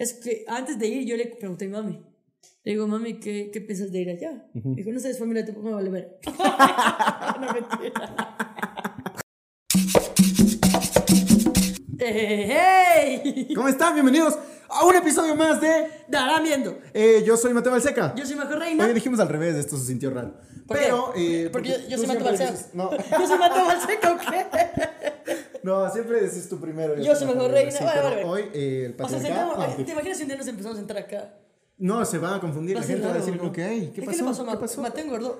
Es que antes de ir yo le pregunté a mi mami. Le digo, mami, ¿qué piensas de ir allá? Dijo, no sé, familia, tampoco me vale ver. No, mentira. ¡Hey! ¿Cómo están? Bienvenidos a un episodio más de Daramiendo. Yo soy Mateo Balseca. Yo soy Majo Reina. Oye, dijimos al revés, esto se sintió raro. ¿Por Pero, qué? Porque yo tú soy Mateo siempre Balseca. dices- No, Yo soy Mateo Balseca, ¿o qué? no, siempre dices tú primero. Yo soy Majo Reina. Sí, Vale, pero vale. hoy el O sea, patriarcado... ¿te imaginas si un día nos empezamos a entrar acá? No, se va a confundir. Va La a ser gente va a raro, decir, ¿no? ok, ¿qué ¿Qué pasó? le pasó, ¿Qué pasó? Mateo engordó.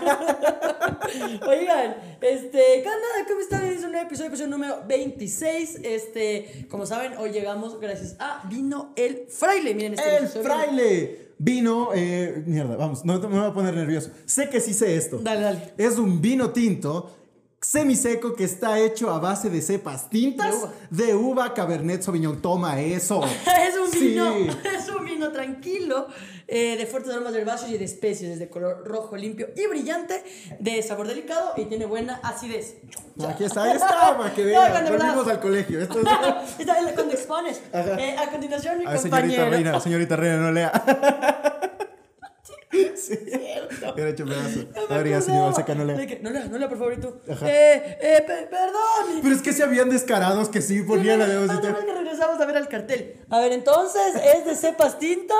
Oigan, ¿qué onda? ¿Cómo están? Es un nuevo episodio número 26. Como saben, hoy llegamos gracias a Vino el Fraile. Miren este ¡El episodio. fraile! Vino, mierda, vamos, no me voy a poner nervioso. Sé que sí sé esto. Dale. Es un vino tinto semiseco que está hecho a base de cepas tintas de uva Cabernet Sauvignon. Toma eso. Es un vino, Sí. es un vino tranquilo, de fuertes aromas herbáceos y de especies, es de color rojo, limpio y brillante, de sabor delicado y tiene buena acidez. Aquí está, para que No, vean. cuando Volvimos hablas. al colegio. Esto es... Esta es cuando expones. A continuación, mi Señorita compañero. Reina, no lea. Sí. Cierto. Era hecho pedazo. No me Habría, acordaba. señor Balseca, no lea. De que, no lea, por favor, y tú. Ajá. Perdón. Pero es que se habían descarados que sí ponían la de Otra vez que regresamos a ver al cartel. A ver, entonces, ¿es de cepas tintas?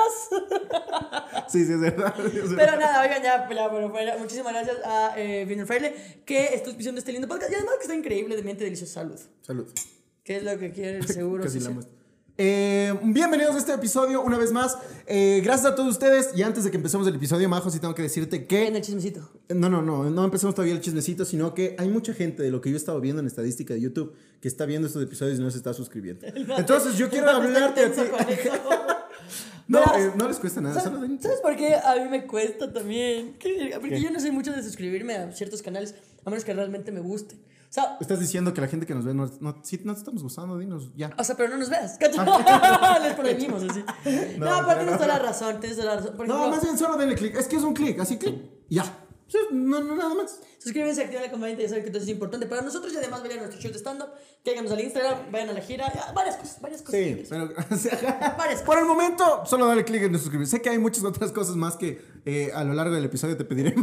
Sí, es verdad. Pero nada, oigan, ya, bueno, muchísimas gracias a Vino el Fraile, que está auspiciando este lindo podcast. Y además que está increíblemente delicioso. Salud. Salud. ¿Qué es lo que quiere el seguro? Casi la social? muestra. Bienvenidos a este episodio una vez más. Gracias a todos ustedes. Y antes de que empecemos el episodio, Majo, sí tengo que decirte que... En el chismecito. No empecemos todavía el chismecito, sino que hay mucha gente de lo que yo he estado viendo en estadística de YouTube que está viendo estos episodios y no se está suscribiendo. Entonces yo quiero hablarte a ti. No, Verás, no les cuesta nada. Solo ven. ¿Sabes por qué a mí me cuesta también? Porque yo no soy mucho de suscribirme a ciertos canales, a menos que realmente me gusten. O sea, Estás diciendo que la gente que nos ve sí, no te estamos gustando, dinos ya. pero no nos veas. Les prohibimos así. No, pero tienes toda la razón, Por No, ejemplo, más bien solo denle clic. Es que es un clic, así clic. Ya. Sí, no, nada más. suscríbanse, activen la campanita, ya saben que todo eso es importante para nosotros. Y además vayan a nuestro show de stand-up, cáiganos al Instagram, vayan a la gira, varias cosas. Sí, pero Varias por el momento, solo dale clic en suscribir. Sé que hay muchas otras cosas más que a lo largo del episodio te pediremos.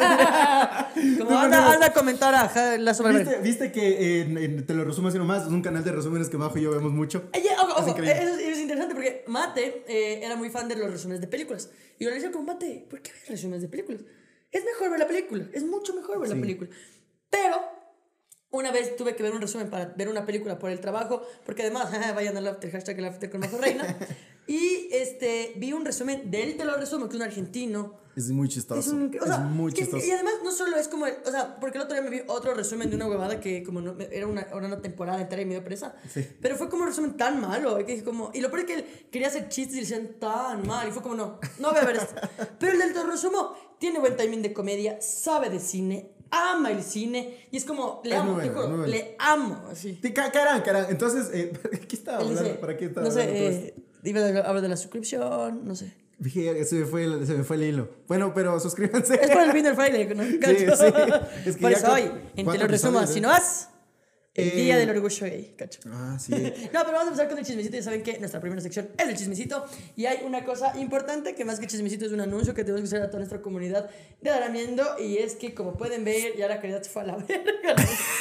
Como anda a comentar a sobre ¿Viste que te lo resumo así nomás? Es un canal de resúmenes que Majo y yo vemos mucho. Ojo, increíble. eso es interesante porque Mate era muy fan de los resúmenes de películas. Y yo le decía como, Mate, ¿por qué ves resúmenes de películas? Es mejor ver la película, es mucho mejor ver la película. Pero una vez tuve que ver un resumen para ver una película por el trabajo, porque además, vayan al after, hashtag el after con Majo Reina. Y vi un resumen de él, te lo resumo, que es un argentino. Es muy chistoso. Es muy chistoso. Y además no solo es como, porque el otro día me vi otro resumen de una huevada que como no, era una temporada entera y me dio presa. Sí. Pero fue como un resumen tan malo, que dije como, y lo peor es que él quería hacer chistes y le decían tan mal, y fue como, no voy a ver esto. Pero el del te resumo tiene buen timing de comedia, sabe de cine, ama el cine, y es como, le Es amo, muy bueno, te juro, muy bueno. le amo, así. Carán. Entonces, ¿qué estaba Él hablando? dice, ¿Para qué estaba no hablando todo sé, esto? habla de la suscripción, no sé. Dije, se me fue el hilo. Bueno, pero suscríbanse. Es por el Vino el Fraile, ¿no? Sí. Es que Por ya eso hoy, en Te cuatro lo resumo, episodios, si no has, el Día del Orgullo Gay, cacho. Ah, sí. No, pero vamos a empezar con el chismecito. Ya saben que nuestra primera sección es el chismecito. Y hay una cosa importante que más que chismecito es un anuncio que tenemos que hacer a toda nuestra comunidad de Daramiendo. Y es que, como pueden ver, ya la calidad se fue a la verga.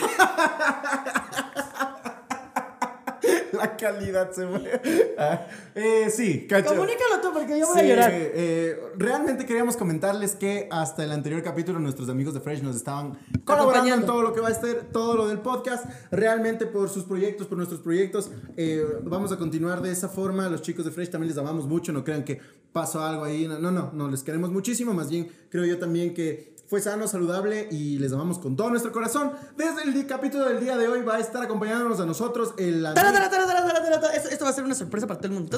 La calidad se fue. Sí, cacho. Comunícalo tú porque yo voy a Sí, llorar. realmente queríamos comentarles que hasta el anterior capítulo nuestros amigos de Fresh nos estaban colaborando en Acompañando. todo lo que va a ser, todo lo del podcast. Realmente por sus proyectos, por nuestros proyectos, vamos a continuar de esa forma. Los chicos de Fresh también les amamos mucho, no crean que pasó algo ahí. No, les queremos muchísimo. Más bien creo yo también que fue sano, saludable y les amamos con todo nuestro corazón. Desde el capítulo del día de hoy va a estar acompañándonos a nosotros el... Esto va a ser una sorpresa para todo el mundo.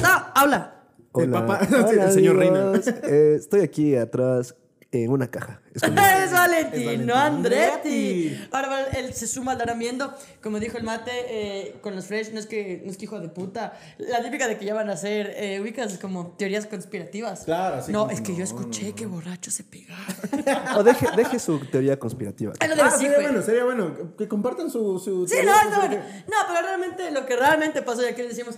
Habla. El papá, el señor amigos. Reina. Estoy aquí atrás en una caja. Es con Es Valentino Valentino Andretti. Andretti. Ahora él se suma al Darán Viendo. Como dijo el mate, con los Fresh, no es que hijo de puta. La típica de que ya van a hacer ubicas como teorías conspirativas. Claro, sí, No, como es que no, yo escuché que borrachos se pegaron. O deje su teoría conspirativa. Es lo del Sería cifre. bueno, sería bueno. Que compartan su Sí, teoría, no, su- está bueno. No, pero realmente lo que realmente pasó, ya que decimos,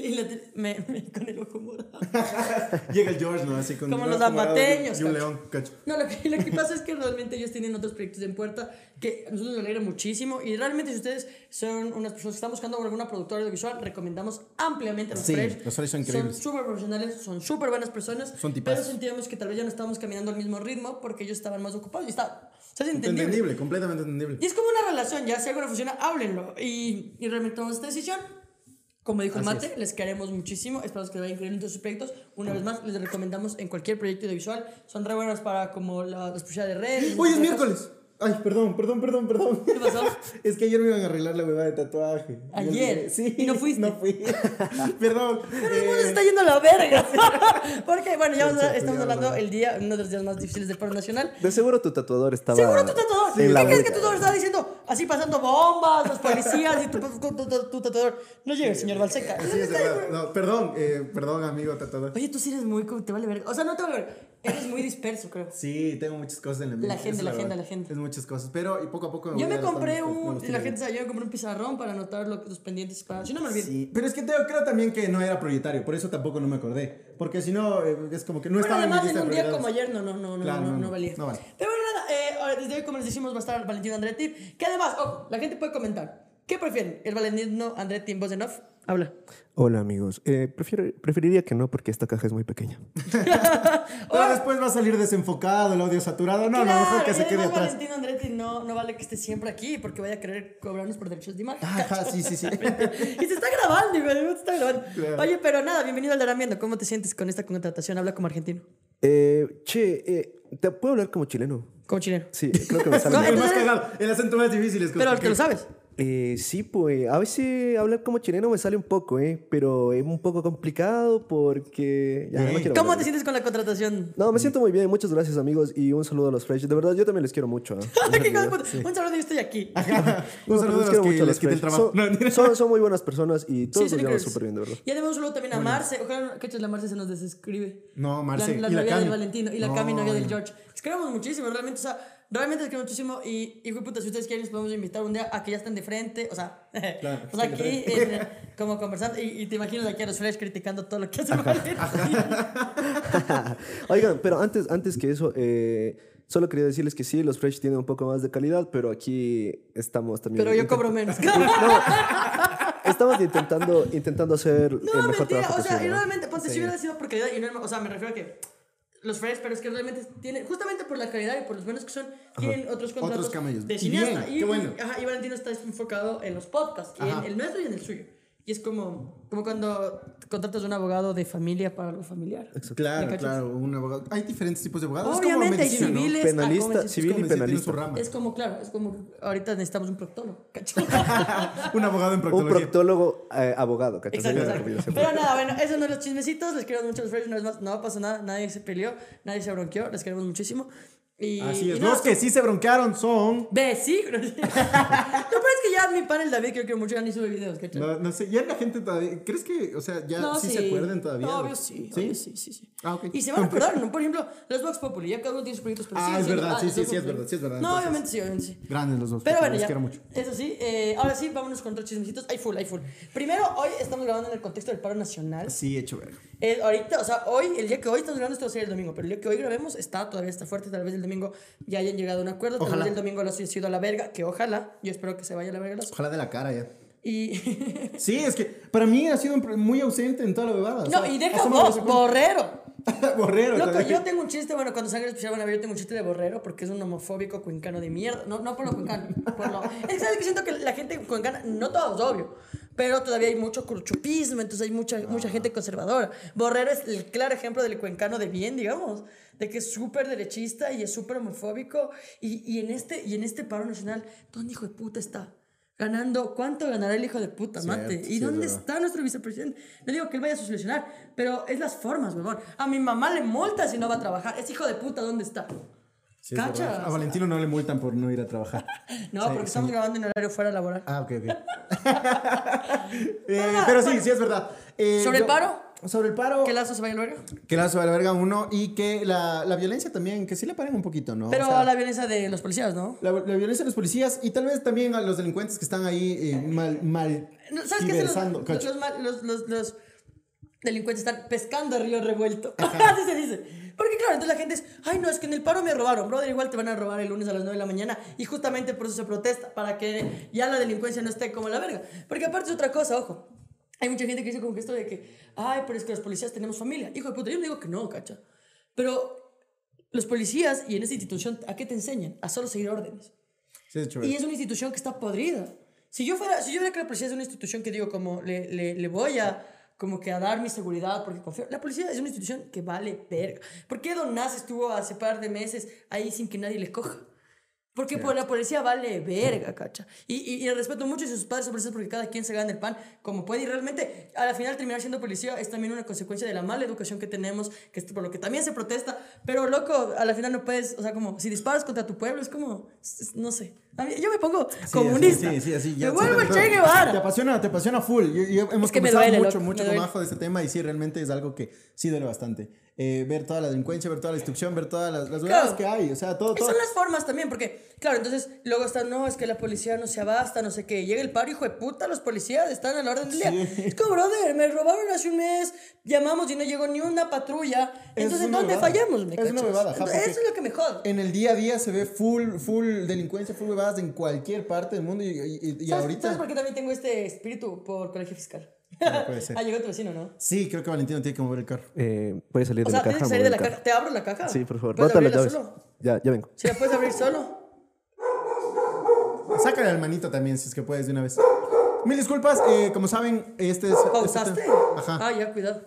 con el ojo morado. Llega el George, ¿no? Así con Como un los ojo morado ambateños, y un cacho. león, cacho. No, lo que pasa es que realmente ellos tienen otros proyectos en puerta que a nosotros nos alegra muchísimo. Y realmente, si ustedes son unas personas que están buscando alguna productora audiovisual, recomendamos ampliamente a los Sí, Fresh. los Fresh son increíbles. Son súper profesionales, son súper buenas personas. Son tipazos. Pero sentíamos que tal vez ya no estábamos caminando al mismo ritmo porque ellos estaban más ocupados. Y está, o sea, es entendible. Entendible, completamente entendible. Y es como una relación, ya si algo no funciona, háblenlo. Y realmente tomamos esta decisión. Como dijo el Así mate, les queremos muchísimo. Esperamos que les vaya increíble en todos sus proyectos. Una vez más, les recomendamos en cualquier proyecto audiovisual. Son re buenas para como las publicidades de redes. Hoy es miércoles. Ay, perdón. ¿Qué pasó? Es que ayer me iban a arreglar la huevada de tatuaje. ¿Ayer? Sí. ¿Y no fuiste? No fui. Perdón. Pero el mundo se está yendo a la verga. Porque, bueno, ya estamos ya, hablando ya. el día, uno de los días más difíciles del paro nacional. De seguro tu tatuador estaba. Seguro tu tatuador. en ¿Qué la crees que vuelta. tu tatuador estaba diciendo? Así pasando bombas, los policías y tu tatuador. No llegue, señor Balseca. Sí, es verdad. No, perdón, amigo tatuador. Oye, tú sí eres muy... Te vale verga. O sea, no te vale verga. Eres muy disperso, creo. Sí, tengo muchas cosas en la mente. La agenda, esa es la verdad. agenda. Es muchas cosas, pero y poco a poco Yo voy me adaptando compré mis nuevos la tiempos. gente sabe, yo me compré un pizarrón para anotar los pendientes para... Si no me olvido. Sí, pero es que creo también que no era prioritario, por eso tampoco no me acordé. Porque si no, es como que no Bueno, estaba en mi además lista en un de día prioridades. como ayer Claro, no valía. no vale. Pero bueno, nada, ahora desde hoy, como les decimos, va a estar Valentino Andretti. Que además, ojo, la gente puede comentar. ¿Qué prefieren? ¿El Valentino Andretti en voz en off? Habla. Hola, amigos. Preferiría que no, porque esta caja es muy pequeña. Pero después va a salir desenfocado, el audio saturado. No, Claro, mejor que y se quede además atrás. Valentino Andretti no vale que esté siempre aquí porque vaya a querer cobrarnos por derechos de imagen. Ajá, sí. Y se está grabando, hijo, se está grabando. Claro. Oye, pero nada, bienvenido al Darán Viendo. ¿Cómo te sientes con esta contratación? Habla como argentino. ¿Te puedo hablar como chileno? Como chileno. Sí, creo que me sale. No, El bien. más entonces- cagado, el acento más difícil es Pero te lo sabes. Sí, pues a veces hablar como chileno me sale un poco, pero es un poco complicado porque... Ya, no quiero ¿Cómo hablar. te sientes con la contratación? No, me siento muy bien. Muchas gracias, amigos. Y un saludo a los Fresh. De verdad, yo también les quiero mucho. Qué hijo de puta. Un saludo, yo estoy aquí. Un saludo a los que les quite el trabajo. No, mentira. Son muy buenas personas y todos Sí, nos llevamos increíbles. súper bien, de verdad. Y además un saludo también a Marce. Ojalá que la Marce se nos desescribe. No, Marce. La y la novia Cami. del Valentino. Y la No, Cami, novia del no. George. Les queremos muchísimo, realmente. O sea, realmente les queremos muchísimo. Y hijo de puta, si ustedes quieren, les podemos invitar un día a que ya estén de frente. O sea, Claro, o sea estén de aquí, como conversando. Y te imaginas aquí a los Fresh criticando todo lo que hace Valentino. Oigan, pero antes que eso, solo quería decirles que sí, los Fresh tienen un poco más de calidad, pero aquí estamos también... Pero yo cobro menos. Estamos intentando hacer el No, mejor mentira. trabajo O sea, y posible, ¿no? realmente, ponte, si hubiera sido por calidad. Y no, o sea, me refiero a que los Fresh, pero es que realmente tienen, justamente por la calidad y por los buenos que son, tienen otros contratos Otros camellos. de Y cineasta. bien, qué bueno. Y Valentino está enfocado en los podcasts, y en el nuestro y en el suyo. Y es como cuando contratas a un abogado de familia para algo familiar. ¿Me Claro, cachas? claro, un abogado. Hay diferentes tipos de abogados. Obviamente hay es como medicina, ¿no? civiles. Penalista, ¿cómo decir? civil y Es como medicina, tiene penalista. su rama. Es como, claro, es como ahorita necesitamos un proctólogo. ¿Cachai? Un abogado en Un proctología. proctólogo abogado, ¿cachai? Exacto, Sería la exacto. combinación. Pero nada, bueno, esos son los chismecitos. Les queremos mucho a los Fresh una vez más. No pasa nada, nadie se peleó, nadie se bronqueó. Les queremos muchísimo. Y, Así es. y nada, Los que sí se bronquearon son. Ve, sí. Lo peor es que ya mi pan el David, que yo quiero mucho, ya ni sube videos, ¿cachai? No sé, ya la gente todavía. ¿Crees que, o sea, ya No, sí se acuerdan todavía? No, obvio sí. ¿Sí? Obvio sí. Ah, ok. Y se van a acordar, ¿no? Por ejemplo, los Vox Populi, ya cada uno tiene sus proyectos, pero Ah, siguen es siendo- verdad, sí, los sí, Vox sí, es Populi. verdad, sí, es verdad. No, Entonces, obviamente sí. Grandes los dos. Pero bueno, les ya. quiero mucho. Eso sí, ahora sí, vámonos con otros chismecitos. Hay full. Primero, hoy estamos grabando en el contexto del paro nacional. Sí, hecho verga. Ahorita, o sea, el día que hoy estamos grabando, esto va a ser el domingo, pero el día que hoy grabemos todavía está fuerte. Tal vez el domingo ya hayan llegado a un acuerdo. Tal Ojalá. vez el domingo lo haya sido a la verga, que ojalá. Yo espero que se vaya a la verga. Ojalá de la cara ya. Y. Sí, es que para mí ha sido muy ausente en toda la bebada. o No, sea, y deja asómame vos, de cuenta. Borrero. Borrero. Loco, también. yo tengo un chiste, bueno, cuando Sangre Especial van a ver, yo tengo un chiste de Borrero porque es un homofóbico cuencano de mierda. No por lo cuencano, Es que sabes que siento que la gente cuencana, no todo es obvio, pero todavía hay mucho curchupismo, entonces hay mucha gente conservadora. Borrero es el claro ejemplo del cuencano de bien, digamos, de que es súper derechista y es súper homofóbico. Y en este paro nacional, ¿dónde hijo de puta está? Ganando, ¿cuánto ganará el hijo de puta, Cierto, mate? sí, ¿Y es dónde verdad. está nuestro vicepresidente? No digo que él vaya a solucionar, pero es las formas, huevón. A mi mamá le multa si no va a trabajar. Ese hijo de puta, ¿dónde está? Sí, es ¿Cachas? verdad. A Valentino no le multan por no ir a trabajar. No, porque estamos grabando en horario fuera laboral. Ah, ok. Pero sí es verdad. ¿Sobre el paro? Sobre el paro. ¿Qué lazo se vaya al verga? Que la sube a la verga uno y que la violencia también, que sí le paren un poquito, ¿no? Pero O sea, la violencia de los policías, ¿no? la violencia de los policías y tal vez también a los delincuentes que están ahí mal No, ¿sabes qué? diversando, cacho. Los delincuentes están pescando a río revuelto. Así se dice. Porque claro, entonces la gente es, ay no, es que en el paro me robaron. Brother, igual te van a robar el lunes a las 9 de la mañana. Y justamente por eso se protesta, para que ya la delincuencia no esté como la verga. Porque aparte es otra cosa, ojo. Hay mucha gente que dice como que esto de que, ay, pero es que los policías tenemos familia. Hijo de puta, yo no digo que no, cacha. Pero los policías y en esta institución, ¿a qué te enseñan? A solo seguir órdenes. Sí, es chévere. Y es una institución que está podrida. Si yo viera que la policía es una institución que digo como le voy a como que a dar mi seguridad porque confío. La policía es una institución que vale verga. ¿Por qué Don Nas estuvo hace par de meses ahí sin que nadie le coja? Porque por la policía vale verga, cacha. Y respeto mucho a sus padres sobre eso porque cada quien se gana el pan como puede. Y realmente, a la final, terminar siendo policía es también una consecuencia de la mala educación que tenemos, que es por lo que también se protesta. Pero, loco, a la final no puedes, o sea, como si disparas contra tu pueblo, es como, no sé. A mí, yo me pongo comunista. Así. Me vuelvo a Che Guevara. Te apasiona full. Hemos que me conversado duele, mucho me con duele. Majo de este tema y sí, realmente es algo que sí duele bastante. Ver toda la delincuencia, ver toda la destrucción, ver todas las huevadas que hay. O sea, todo. Y son las formas también, porque, claro, entonces luego está, no, es que la policía no se abasta, no sé qué. Llega el paro, hijo de puta, los policías están a la orden del día. Es como, brother, me robaron hace un mes, llamamos y no llegó ni una patrulla. Entonces, ¿dónde fallamos? Es una huevada, Entonces, eso es lo que me jode. En el día a día se ve full delincuencia, full huevadas en cualquier parte del mundo y ahorita. ¿Sabes por qué también tengo este espíritu por colegio fiscal? No puede ser. Llegó tu vecino, ¿no? Sí, creo que Valentino tiene que mover el carro. Puedes salir O de sea, la caja. tienes que salir de la mover el caja. ¿Te abro la caja? Sí, por favor. ¿Puedes Bota las abrirla llaves. solo? Ya vengo. ¿Sí la puedes abrir solo? Sácale al manito también, si es que puedes de una vez. Mil disculpas, como saben, este es. ¿Pausaste? Ajá. Ah, ya, cuidado.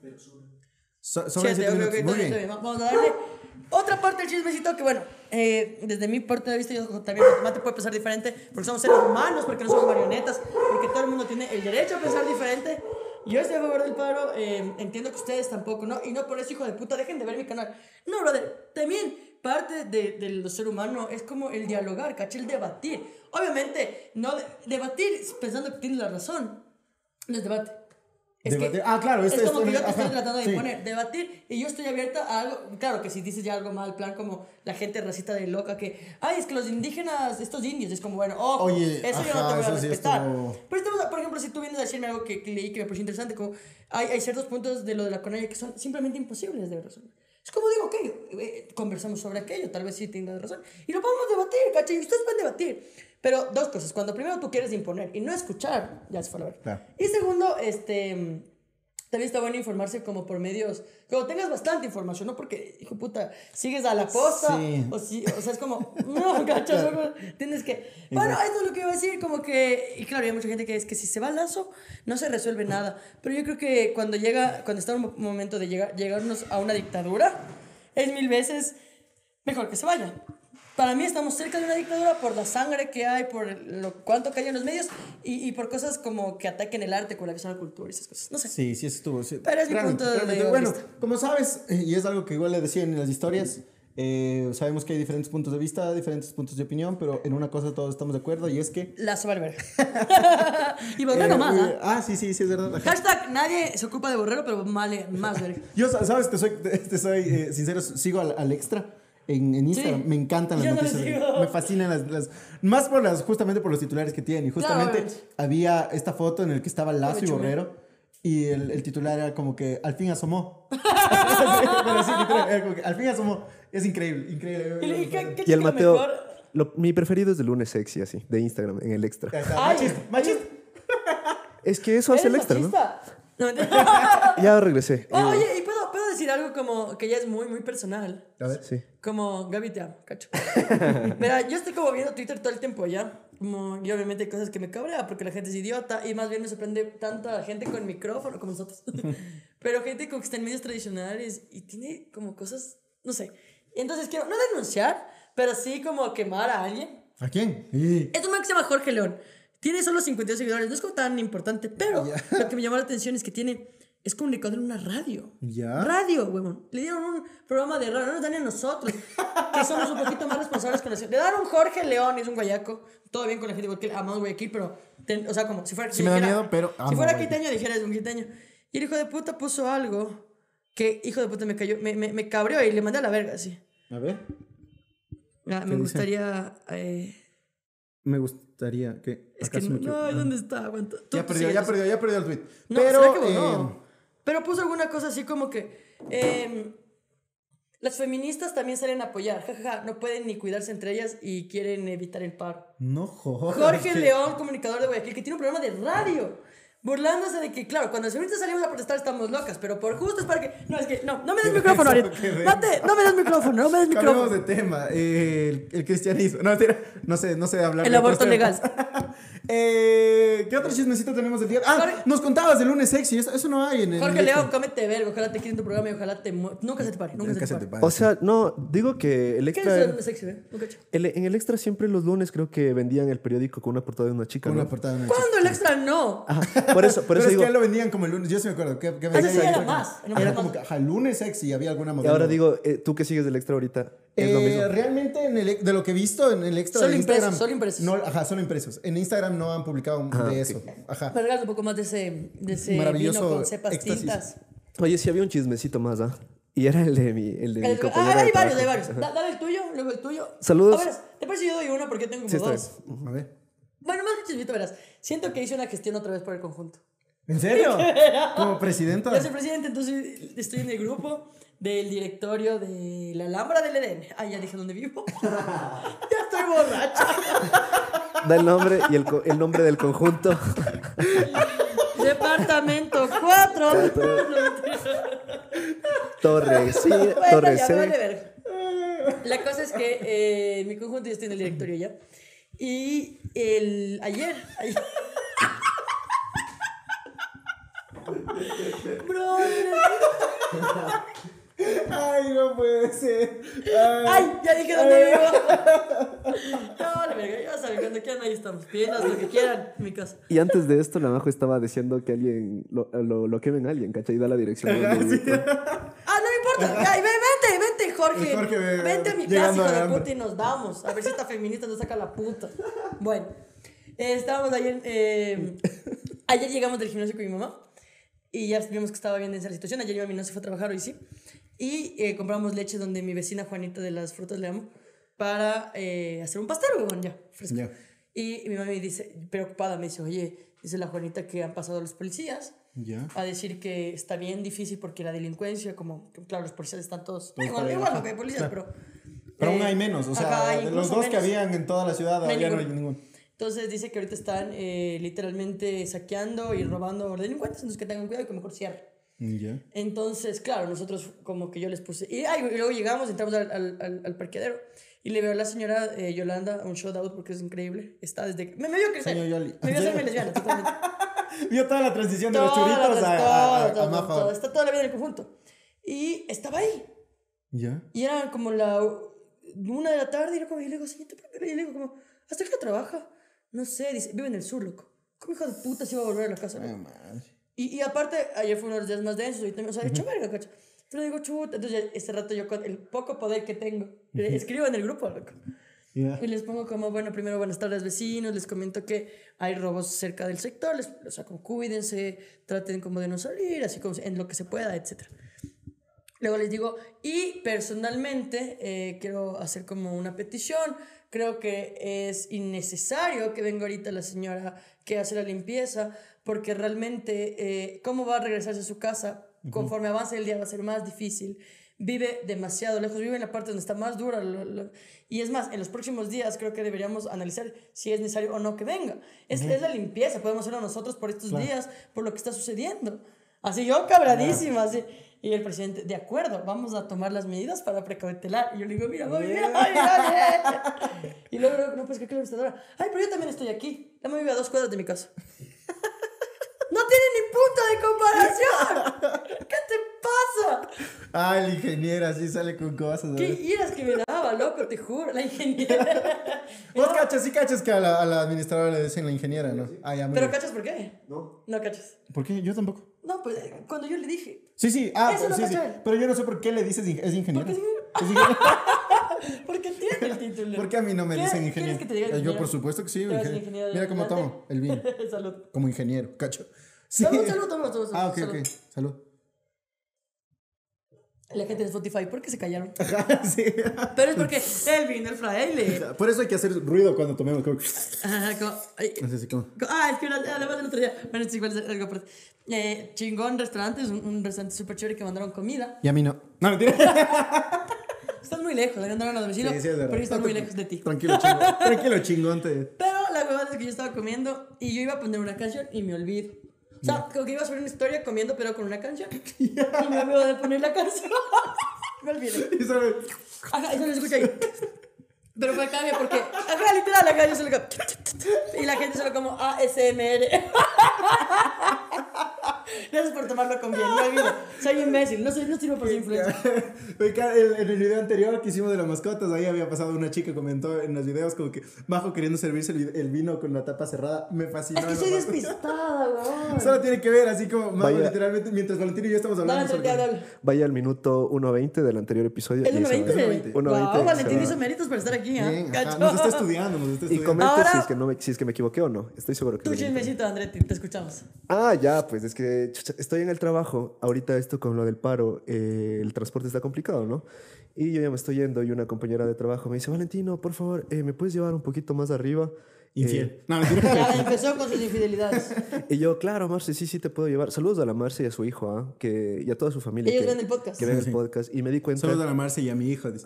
Sobre 7 Siete, ok, minutos. ok, Muy está bien. bien. Vamos a darle otra parte del chismecito que, bueno, desde mi punto de vista, yo también Mate puede pensar diferente porque somos seres humanos, porque no somos marionetas, porque todo el mundo tiene el derecho a pensar diferente. Yo estoy a favor del paro, entiendo que ustedes tampoco, ¿no? Y no por eso, hijo de puta, dejen de ver mi canal. No, brother, también parte del ser humano es como el dialogar, ¿caché? El debatir. Obviamente, no debatir pensando que tienes la razón, no es debate. Es Debatir. que, claro, es como que yo te ajá, estoy tratando de sí. imponer, debatir, y yo estoy abierta a algo. Claro que si dices ya algo mal, plan como la gente racista de loca que, ay, es que los indígenas, estos indios, es como, bueno, ojo, Oye, eso yo no ajá, te voy a eso sí es respetar. como- Pero estamos, por ejemplo, si tú vienes a decirme algo que leí que me pareció interesante, como hay ciertos puntos de lo de la CONAIE que son simplemente imposibles de resolver. Es como digo, ok, conversamos sobre aquello, tal vez sí tengas razón, y lo podemos debatir, ¿cachai? Y ustedes pueden debatir. Pero dos cosas, cuando primero tú quieres imponer y no escuchar, ya se fue a la verga. Claro. Y segundo, también está bueno informarse como por medios, como tengas bastante información, no porque, hijo de puta, sigues a la posta, Sí. o sea, es como, no, cachas, tienes que, bueno, esto es lo que iba a decir, como que, y claro, hay mucha gente que es que si se va al lazo, no se resuelve nada, pero yo creo que cuando está un momento de llegarnos a una dictadura, es 1000 veces mejor que se vaya. Para mí estamos cerca de una dictadura por la sangre que hay, por cuánto que hay en los medios y por cosas como que ataquen el arte, como la visión de la cultura y esas cosas. No sé. Sí, sí, eso estuvo. Sí. Pero es mi Realmente, punto de realmente. Bueno, vista. como sabes, y es algo que igual le decían en las historias, sabemos que hay diferentes puntos de vista, diferentes puntos de opinión, pero en una cosa todos estamos de acuerdo y es que. La vale verga. Y Borrero más, ¿ah? Sí, es verdad. Ajá. Hashtag nadie se ocupa de Borrero, pero vale más verga. Yo, sabes, te soy sincero, sigo al extra. En Instagram, Sí. me encantan las Yo no noticias, lo sigo. me fascinan más justamente por los titulares que tienen. Y justamente Claro. había esta foto en el que estaba Lazo y chulo. Borrero y el titular era como que al fin asomó. Pero sí, literal, era como que al fin asomó. Es increíble. ¿Y qué Y el chica Mateo, mejor? mi preferido es de lunes sexy, así, de Instagram, en el extra. Ahí está, Ay, machista. Es que eso hace el ¿Eres extra, ¿no? machista? No, mentira. Ya regresé. Oye, ¿y puedo decir algo como que ya es muy, muy personal? A ver. Sí. Como Gaby te amo, cacho. Mira, yo estoy como viendo Twitter todo el tiempo ya. Como, y obviamente hay cosas que me cabrea porque la gente es idiota y más bien me sorprende tanta gente con micrófono como nosotros. Pero gente como que está en medios tradicionales y tiene como cosas, no sé. Entonces quiero no denunciar, pero sí como quemar a alguien. ¿A quién? Es un man que se llama Jorge León. Tiene solo 52 seguidores, no es como tan importante, pero lo que me llamó la atención es que tiene es comunicador en una radio. ¿Ya? Radio, huevón. Le dieron un programa de radio, no nos dan ni a nosotros, que somos un poquito más responsables con la ciudad. Le dieron Jorge León, es un guayaco. Todo bien con la gente de Guayaquil, amamos Guayaquil, pero, o sea, como si fuera... Sí me da miedo, pero si amo fuera Guayaquil. quiteño, dijera es un quiteño. Y el hijo de puta puso algo que, hijo de puta, me cayó, me cabreó y le mandé a la verga, así. A ver. Me dice? gustaría... Me gustaría que... es que ¿acaso me no, equivoco? ¿dónde está? Aguanta. Tú Ya perdió sigues. el tweet. No, pero... ¿será que no? Pero puso alguna cosa así como que... las feministas también salen a apoyar. Jajaja, no pueden ni cuidarse entre ellas y quieren evitar el paro. No jodas. Jorge León, comunicador de Guayaquil, que tiene un programa de radio. Burlándose de que, claro, cuando las feministas salimos a protestar estamos locas, pero por justo es para que... No, es que... No me des micrófono ahorita. Mate, no me des micrófono, no me des Cambiamos micrófono. de tema. El cristianismo. No, mentira. No sé hablar El de aborto otros temas. legal. ¿Qué otro chismecito tenemos del día? Nos contabas del lunes sexy. Eso no hay en el... Jorge León, cómete verga. Ojalá te quede en tu programa y ojalá te... Nunca se te pare, nunca se te pare. O sea, no, digo que el ¿Qué es extra... el sexy, ve? Nunca he hecho. En el extra siempre los lunes creo que vendían el periódico con una portada de una chica, Una ¿no? portada de una ¿Cuándo el extra no? Ajá, por eso Pero es digo... que lo vendían como el lunes. Yo sí me acuerdo. Que Antes sí era más. Era como que el lunes sexy. Había alguna Y modelo. ahora digo, tú que sigues del extra ahorita, es lo mismo. Realmente de lo que he visto en el extra Solo de Instagram, impresos, solo impresos. No, ajá, solo impresos. En Instagram no han publicado de eso. Ajá. Me regalas un poco más de ese Maravilloso vino con cepas éxtasis. tintas. Oye, sí había un chismecito más, ¿ah? Y era el de mi compañero de Hay trabajo. varios. Dale el tuyo, luego el tuyo. Saludos. A ver, ¿te parece yo doy uno? Porque yo tengo como Sí, está dos. A ver. Bueno, más que chismito, verás. Siento que hice una gestión otra vez por el conjunto. ¿En serio? ¿Como presidenta? Yo soy presidente, entonces estoy en el grupo del directorio de la Alhambra del Edén. Ah, ya dije dónde vivo. Ya estoy borracha. Da el nombre y el nombre del conjunto. Departamento 4. Torre, sí, Bueno, Torre ya C. me vale verga. La cosa es que mi conjunto yo estoy en el directorio ya. Y ayer. Bro, Ay, no puede ser. ay, ya dije dónde vivo. No, la verga, ya saben, cuando quieran ahí estamos. Pídenos lo que quieran en mi casa. Y antes de esto, la Majo estaba diciendo que alguien lo quemen a alguien, ¿cachai? Y da la dirección. Ah, no me importa. Ay, vente, Jorge. Jorge, Vente a mi casa, llegando hijo a de hambre. puta, y nos vamos. A ver si esta feminista nos saca la puta. Bueno, estábamos ayer. Ayer llegamos del gimnasio con mi mamá. Y ya vimos que estaba bien densa la situación. Ayer mi mamá no se fue a trabajar, hoy sí. Y compramos leche donde mi vecina Juanita de las frutas le amo. Para hacer un pastel, huevón, ya, fresco. Ya. Y mi mamá me dice, preocupada, me dice, oye, dice la Juanita que han pasado los policías Ya. a decir que está bien difícil porque la delincuencia, como, claro, los policías están todos... Todos igual, para igual, allá. no que hay policías, Claro. pero... Pero aún hay menos. O sea, ajá, de los incluso dos que menos. habían en toda la ciudad, No hay ya no hay ninguno. ninguno. Entonces dice que ahorita están literalmente saqueando y robando delincuentes, entonces que tengan cuidado y que mejor cierren. Ya. Entonces, claro, nosotros como que yo les puse... Y luego llegamos, entramos al parqueadero y le veo a la señora Yolanda un shout out porque es increíble. Está desde... Me vio crecer. Señor Yoli. Me vio hacerme lesbiana, totalmente. Vio toda la transición de los Toda la churitos a todo, Majo. todo. Está toda la vida en el conjunto. Y estaba ahí. Ya. Y era como la 1 de la tarde y yo le digo, señorita, y le digo como, ¿hasta qué hora trabaja? No sé, dice, vive en el sur, loco. ¿Cómo hijo de puta se iba a volver a la casa, loco? Madre. Y aparte, ayer fue uno de los días más densos y también, o sea, he hecho verga, cacho. Pero digo, chuta, entonces ya, este rato yo con el poco poder que tengo, escribo en el grupo, loco. Ya. Y les pongo como, bueno, primero buenas tardes vecinos, les comento que hay robos cerca del sector, o sea, como cuídense, traten como de no salir, así como en lo que se pueda, etc. Luego les digo, y personalmente quiero hacer como una petición, creo que es innecesario que venga ahorita la señora que hace la limpieza, porque realmente cómo va a regresarse a su casa conforme avance el día va a ser más difícil. Vive demasiado lejos, vive en la parte donde está más dura. Y es más, en los próximos días creo que deberíamos analizar si es necesario o no que venga. Es la limpieza, podemos hacerlo nosotros por estos días, por lo que está sucediendo. Así yo cabradísima, así. Y el presidente, de acuerdo, vamos a tomar las medidas para precautelar. Y yo le digo, mira, mami, mira, mami, mami. Y luego, no, pues que la administradora. Ay, pero yo también estoy aquí. La mami vive a 2 cuadras de mi casa. ¡No tiene ni punto de comparación! ¿Qué te pasa? Ah, el ingeniero así sale con cosas. ¿Qué iras que me daba, loco? Te juro, la ingeniera. Vos cachas, sí cachas que a la administradora le dicen la ingeniera, ¿no? Ah, ya, muy ¿Pero bien. cachas por qué? No. No cachas. ¿Por qué? Yo tampoco. No, No, pues cuando yo le dije. Sí. Eso no sí. cacha él. Pero yo no sé por qué le dices es ingeniero. Porque Porque tiene el título. ¿Por qué a mí no me dicen ingeniero? ¿Quieres que te diga Yo, ingeniero? por supuesto que sí, Te vas ingeniero. ingeniero Mira cómo adelante. tomo el vino. Salud. Como ingeniero, cacho. Sí. Salud. Ah, ok. Salud. La gente de Spotify, ¿por qué se callaron? Sí. Pero es porque él vino el fraile. Por eso hay que hacer ruido cuando tomemos. Como... Ajá, como. Ay, No sé si como. es que además del otro día. Bueno, es igual, es algo aparte. Chingón restaurantes, un restaurante súper chévere que mandaron comida. Y a mí no. No, mentira. Estás muy lejos, le mandaron a domicilio. Sí, es verdad. Pero están muy lejos de ti. Tranquilo, chingón. Tranquilo, chingón. Pero la huevada es que yo estaba comiendo y yo iba a poner una canción y me olvido. O sea, como que iba a subir una historia comiendo pero con una canción. Y me olvido de poner la canción. Me olvidé. Y sabe. Ajá, eso lo escuché ahí. Pero fue cambio porque, ajá, literal, acá yo solo como. Y la gente solo como ASMR. Gracias por tomarlo con bien. No olvido. Soy imbécil, no sirvo por su influencia. En el video anterior que hicimos de las mascotas, ahí había pasado una chica, comentó en los videos como que bajo queriendo servirse el vino con la tapa cerrada. Me fascinó. Es que soy despistada, weón. Solo tiene que ver así como, Mago, Vaya. literalmente, mientras Valentín y yo estamos hablando. Dale. Vaya al minuto 1:20 del anterior episodio. ¿Es y se va. 1:20? 1:20, Wow, Valentín se hizo va. méritos para estar aquí, ¿ah? Bien, ajá, Cacho. nos está estudiando. Y comente Ahora- si es que me equivoqué o no. Estoy seguro que Tu me equivoqué. chismecito, Andretti, te escuchamos. Ah, ya, pues es que chucha, estoy en el trabajo. Ahorita esto con lo del paro, el transporte está complicado, ¿no? Y yo ya me estoy yendo y una compañera de trabajo me dice, Valentino, por favor, ¿me puedes llevar un poquito más arriba? Infiel. No, mentira. Ya empezó con sus infidelidades. Y yo, claro, Marce, sí te puedo llevar. Saludos a la Marce y a su hijo, ¿ah? Y a toda su familia. Ellos que, ven el podcast. Que ven Sí. el podcast. Y me di cuenta... Saludos a la Marce y a mi hijo. Dice.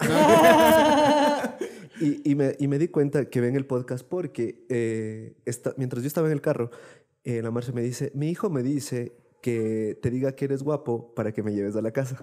Y me di cuenta que ven el podcast porque mientras yo estaba en el carro, la Marce me dice, mi hijo me dice que te diga que eres guapo para que me lleves a la casa.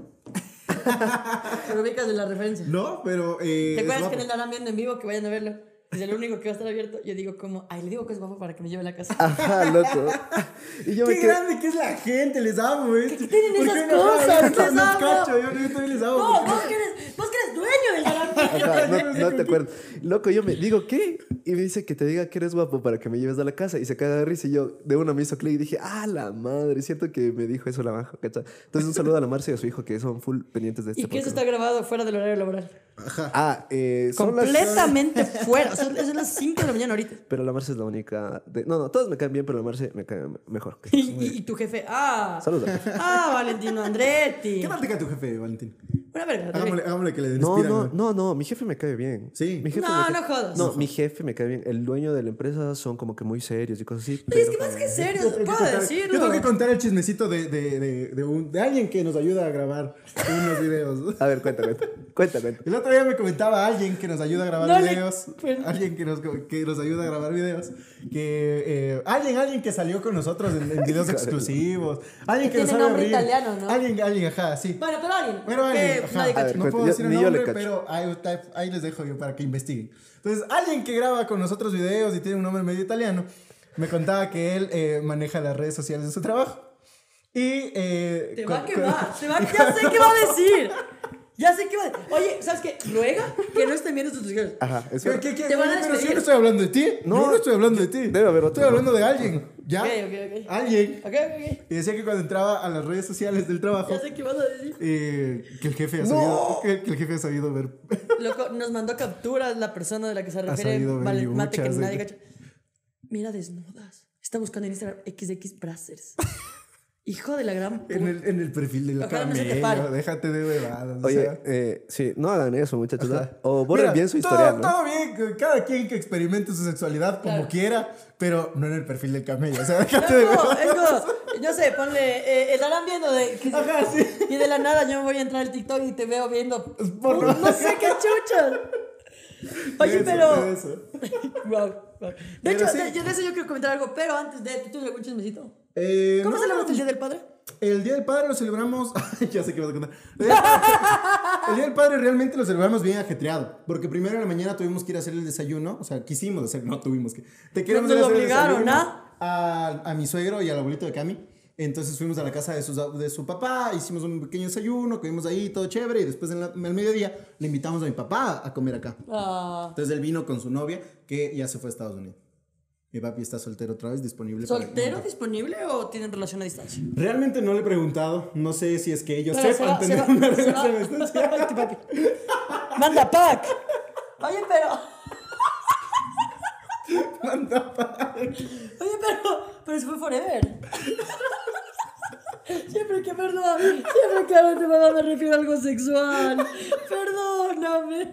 Pero ubicas de la referencia. No, pero. ¿Te acuerdas guapo. que en el estarán viendo en vivo? Que vayan a verlo. Es el único que va a estar abierto. Yo digo como, ay, le digo que es guapo para que me lleve a la casa. Ajá, loco. Y yo me Qué quedé... grande que es la gente, les amo, ¿eh? ¿Qué tienen Porque esas uno, cosas? Los Les amo. cacho, yo también les amo. No, porque- vos que eres dueño del Ajá, estarán. no te acuerdas. Loco, yo me digo, ¿qué? Y me dice que te diga que eres guapo para que me lleves a la casa. Y se caga de risa. Y yo de una me hizo clic y dije, ah, la madre. Es cierto que me dijo eso la baja, ¿cachai? Entonces un saludo a la Marcia y a su hijo que son full pendientes de este Y que eso podcast. está grabado fuera del horario laboral. Ah, son las... Completamente fuera. O sea, es las 5 de la mañana ahorita. Pero la Marcia es la única... No, todos me caen bien, pero la Marcia me cae mejor. Y tu jefe, Saludos al jefe. Valentino Andretti. ¿Qué tal te cae tu jefe, Valentín? Una verga. Hagámosle que le No, despidan. no, mi jefe me cae bien. Sí. Mi jefe No, me no jodas. No, mi jefe me cae bien. El dueño de la empresa son como que muy serios y cosas así. Oye, es pero- que más que serio, Yo tengo que puedo contar- decirlo. Yo tengo que contar el chismecito de alguien que nos ayuda a grabar unos videos. A ver, cuenta. El otro día me comentaba alguien que nos ayuda a grabar No, videos. pero- Alguien que nos ayuda a grabar videos. Que alguien que salió con nosotros en videos exclusivos. Alguien Que que nos tiene sabe nombre abrir. italiano, ¿no? Alguien, ajá, sí. Bueno, pero alguien. Bueno, que alguien, ajá. nadie A cacha. ver, No cuenta, puedo decir el ni yo le nombre, cacho. pero ahí les dejo yo para que investiguen. Entonces, alguien que graba con nosotros videos y tiene un nombre medio italiano, me contaba que él maneja las redes sociales de su trabajo. Y... Te va a quemar. Ya sé qué va a decir. Ya sé qué va a decir. Oye, ¿sabes qué? Ruega que no estén viendo tus videos. Ajá, es ¿Qué? verdad. Te van a Pero si yo despedir. no estoy hablando de ti. No, No, yo no estoy hablando de ti. debe haber otro, Estoy hablando ¿no? de alguien. ¿Ya? Ok. Alguien. Ok. Y decía que cuando entraba a las redes sociales del trabajo, Ya sé qué vas a decir. que el jefe ha No. sabido, que el jefe ha sabido ver. Loco, nos mandó capturas la persona de la que se refiere. sabido ver Vale, mate que muchas, nadie ¿eh? cacha. Mira desnudas. Está buscando en Instagram XX Brazzers. Hijo de la gran puta. En el perfil del Ojalá no se te camello, pare. déjate de bebadas. Oye, sí, no hagan eso, muchachos. Ajá. O borren Mira, bien su historial, ¿no? Todo bien, cada quien que experimente su sexualidad como Claro. quiera, pero no en el perfil del camello. O sea, déjate de No, bebadas. es como, yo sé, ponle, estarán viendo Ajá, sí. y de la nada yo me voy a entrar al TikTok y te veo viendo porno. no sé qué chuchas. Oye, De pero eso. wow. De Pero hecho, sí. de eso yo quiero comentar algo, pero antes de, ¿tú tienes algún chismecito? ¿Cómo No, celebraste el Día del Padre? El Día del Padre lo celebramos. Ya sé qué vas a contar. El Día del Padre realmente lo celebramos bien ajetreado. Porque primero en la mañana tuvimos que ir a hacer el desayuno. O sea, quisimos hacer, no tuvimos que. Te queremos Nos ir a hacer obligaron, el desayuno ¿ah? a mi suegro y al abuelito de Cami. Entonces fuimos a la casa de su papá, hicimos un pequeño desayuno, comimos ahí, todo chévere. Y después al mediodía le invitamos a mi papá a comer acá. Ah, Entonces él vino con su novia, que ya se fue a Estados Unidos. Mi papi está soltero otra vez, disponible. ¿Soltero disponible o tienen relación a distancia? Realmente no le he preguntado. No sé si es que ellos Pero sepan tener una relación a distancia. Ay, tu papi. Manda pack. Oye, Manda pack. Oye, pero se fue forever. Siempre que hablo de mamá me refiero a algo sexual. Perdóname.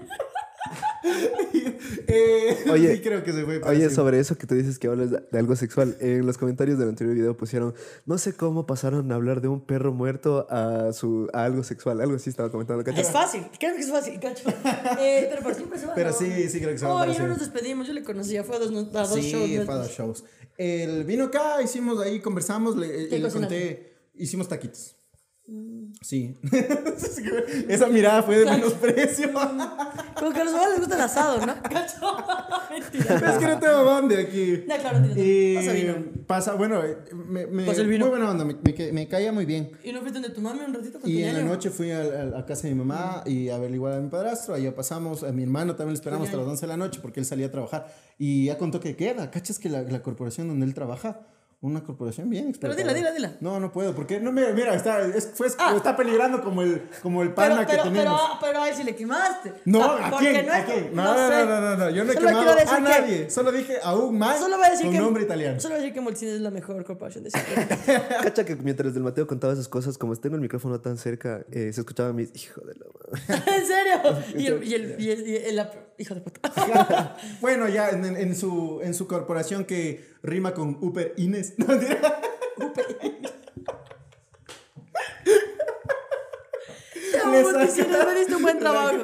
Oye, sí creo que se fue. Oye, sobre eso que tú dices que hablas de algo sexual, en los comentarios del anterior video pusieron, no sé cómo pasaron a hablar de un perro muerto a algo sexual, algo así estaba comentando, ¿cachai? Es fácil, creo que es fácil, cacho. Pero por siempre se va. Pero ¿no? sí creo que se va. Oye, no nos despedimos, yo le conocía, fue a dos shows. Sí, fue a 2 shows. Él vino acá, hicimos ahí, conversamos, le conté, hicimos taquitos. Sí. Esa mirada fue de menosprecio. Como que a los mamás les gusta el asado, ¿no? Cacho. Mentira. Pero es que no tengo dónde aquí. No, claro, tiene. Pasa vino. Bueno, Pasa el vino. muy buena onda, me caía muy bien. ¿Y no fuiste donde tu mami un ratito con Y tu en la ñaño? noche fui a casa de mi mamá y a ver igual a mi padrastro. Allá pasamos, a mi hermano también le esperamos hasta las 11 de la noche porque él salía a trabajar. Y ya contó que queda. ¿Cachas que la corporación donde él trabaja? Una corporación bien explotada. Pero dila. No puedo, porque no, mira, está peligrando como el pana que tenemos. Pero a él sí le quemaste. No, O sea, ¿a porque quién? No, ¿A es, quién? no No, sé. yo no he Solo quemado quiero decir a que- nadie. Solo dije aún más Solo voy a decir con que nombre italiano. Solo voy a decir que Molcines es la mejor corporación de siempre. Cacha que mientras del Mateo contaba esas cosas, como tengo el micrófono tan cerca, se escuchaba mis hijo de la madre. ¿En serio? Y el hijo de puta. Bueno, ya en su corporación que rima con Uber Ines. No, mentira. Te amo, Molcines, me diste un buen trabajo.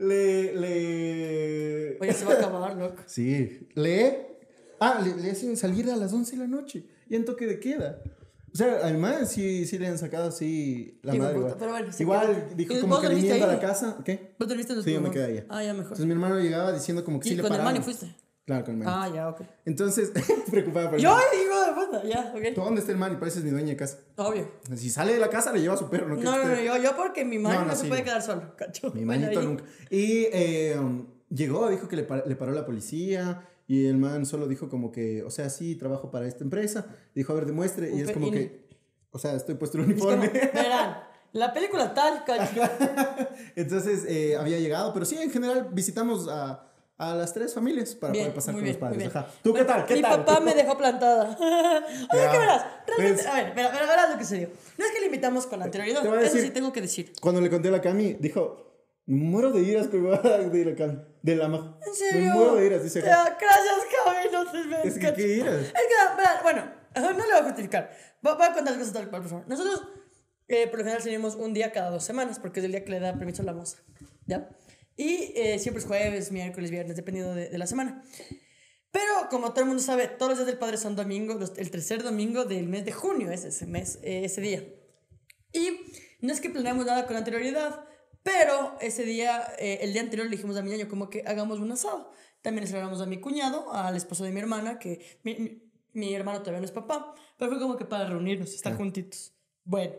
Le Oye, se va a acabar, loco. Sí, le hacen salir a las 11 de la noche y en toque de queda. O sea, además sí le han sacado así la Hijo de madre. puta, Igual, pero bueno, sí igual que- dijo ¿Y como vos que dormiste viniendo a ahí? la casa. ¿Qué? ¿Vos dormiste en Sí, yo me mamá? quedé allá. Ah, ya mejor. Entonces mi hermano llegaba diciendo como que sí ¿Y le con el paraban. Manny fuiste? Claro, con el Manny. Ah, ya, ok. Entonces, preocupada por el Yo, Manny. hijo de puta, ya, ok. ¿Tú dónde está el Manny? Pareces mi dueña de casa. Obvio. Si sale de la casa, le lleva a su perro. No, yo porque mi madre no se sí, puede no. quedar solo, cacho. Mi Bueno, manito ahí. nunca. Y llegó, dijo que le paró la policía. Y el man solo dijo como que, o sea, sí, trabajo para esta empresa. Dijo, a ver, demuestre. Y es como que, o sea, estoy puesto el Es como, uniforme. verán, la película tal, cacho. Entonces había llegado, pero sí, en general visitamos a las 3 familias para Bien, poder pasar muy con bien, los padres. muy bien. Ajá. ¿Tú qué tal? ¿Qué Mi tal? papá me dejó plantada. Oye, Ya, ¿qué verás? Realmente, pues- a ver, verás lo que se dio. No es que le invitamos con anterioridad, Te voy a eso decir- sí tengo que decir. Cuando le conté a la Cami, dijo, me muero de iras con de la Cami, de la ma. ¿En serio? Me muero de iras, dice acá. Gracias, Javi, no te ves, Es que, cacho. ¿qué iras? Es que, verán, bueno, no le voy a justificar. Voy a contar las cosas tal cual, por favor. Nosotros, por lo general, salimos un día cada 2 semanas, porque es el día que le da permiso a la moza, ¿ya? Y siempre es jueves, miércoles, viernes, dependiendo de la semana. Pero, como todo el mundo sabe, todos los días del padre son domingos, el tercer domingo del mes de junio es ese mes, ese día. Y no es que planeamos nada con anterioridad, pero ese día, el día anterior le dijimos a mi ñaño como que hagamos un asado. También le celebramos a mi cuñado, al esposo de mi hermana, que mi hermano todavía no es papá, pero fue como que para reunirnos y estar juntitos. Bueno,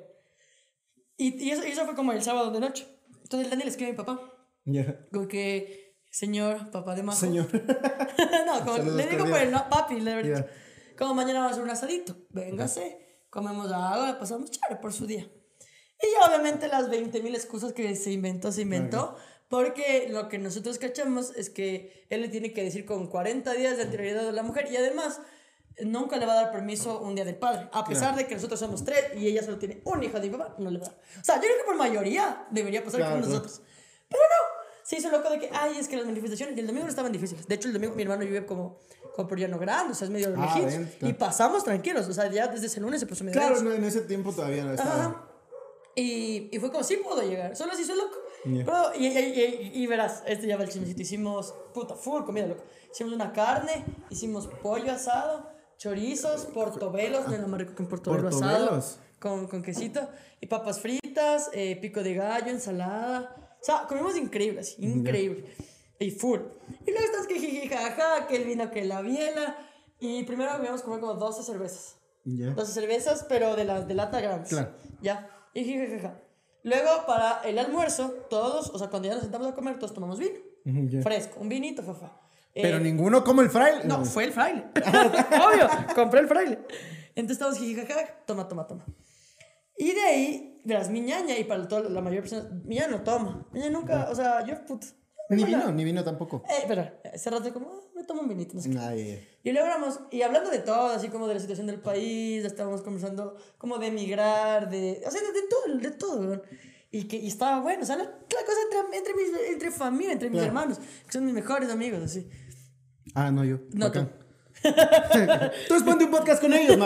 y eso fue como el sábado de noche. Entonces el Dani le escribe a mi papá, Ya. como que, señor, papá de Majo. Señor. No, como Saludos le digo cordiales. por el no, papi, le haber Ya. dicho. Como mañana vamos a hacer un asadito, véngase, comemos algo, la pasamos chévere por su día. Y ya obviamente las 20.000 excusas que se inventó, porque lo que nosotros cachamos es que él le tiene que decir con 40 días de anterioridad a la mujer y además nunca le va a dar permiso un día del padre, a pesar de que nosotros somos 3 y ella solo tiene un hijo de mi papá, no le va a dar. O sea, yo creo que por mayoría debería pasar Claro, con claro. nosotros. Pero no, se hizo loco de que, ay, es que las manifestaciones, y el domingo no estaban difíciles. De hecho, el domingo mi hermano vive como por Llano Grande, o sea, es medio lejitos. bien, claro. Y pasamos tranquilos, o sea, ya desde ese lunes se puso medio Claro, denso. no, en ese tiempo todavía no estaba. Ajá. Y fue como, sí puedo llegar, solo se hizo loco. Yeah. Pero, y verás, este ya va el chismecito, hicimos, puta, full comida, loco. Hicimos una carne, hicimos pollo asado, chorizos, portobelos, no era más rico que un portobelo asado, ¿Portobelos? con quesito, y papas fritas, pico de gallo, ensalada. O sea, comimos increíble, así, increíble. Y full. Y luego estás que jiji, jaja, que el vino, que la biela. Y primero habíamos comer como 12 cervezas. Ya. 12 cervezas, pero de las de lata grandes. Claro. Ya. Y jijijaja. Luego, para el almuerzo, todos, o sea, cuando ya nos sentamos a comer, todos tomamos vino. Ya. Fresco, un vinito, fafa. Pero ninguno como el fraile. No, fue el fraile. Obvio, compré el fraile. Entonces estamos jijijaja, toma. Y de ahí, verás, mi ñaña, y para toda la mayor persona, mi ñaña no toma. Mi ñaña nunca, o sea, yo, puta. Ni vino tampoco. Pero ese rato como, me tomo un vinito, no sé qué. Ay. Y luego hablamos, y hablando de todo, así como de la situación del país, estábamos conversando como de emigrar, o sea, de todo, weón. Y estaba bueno, o sea, la cosa entre familia, entre mis hermanos, que son mis mejores amigos, así. Ah, no, yo. No, Bacán. Tú ponte un podcast con ellos, man.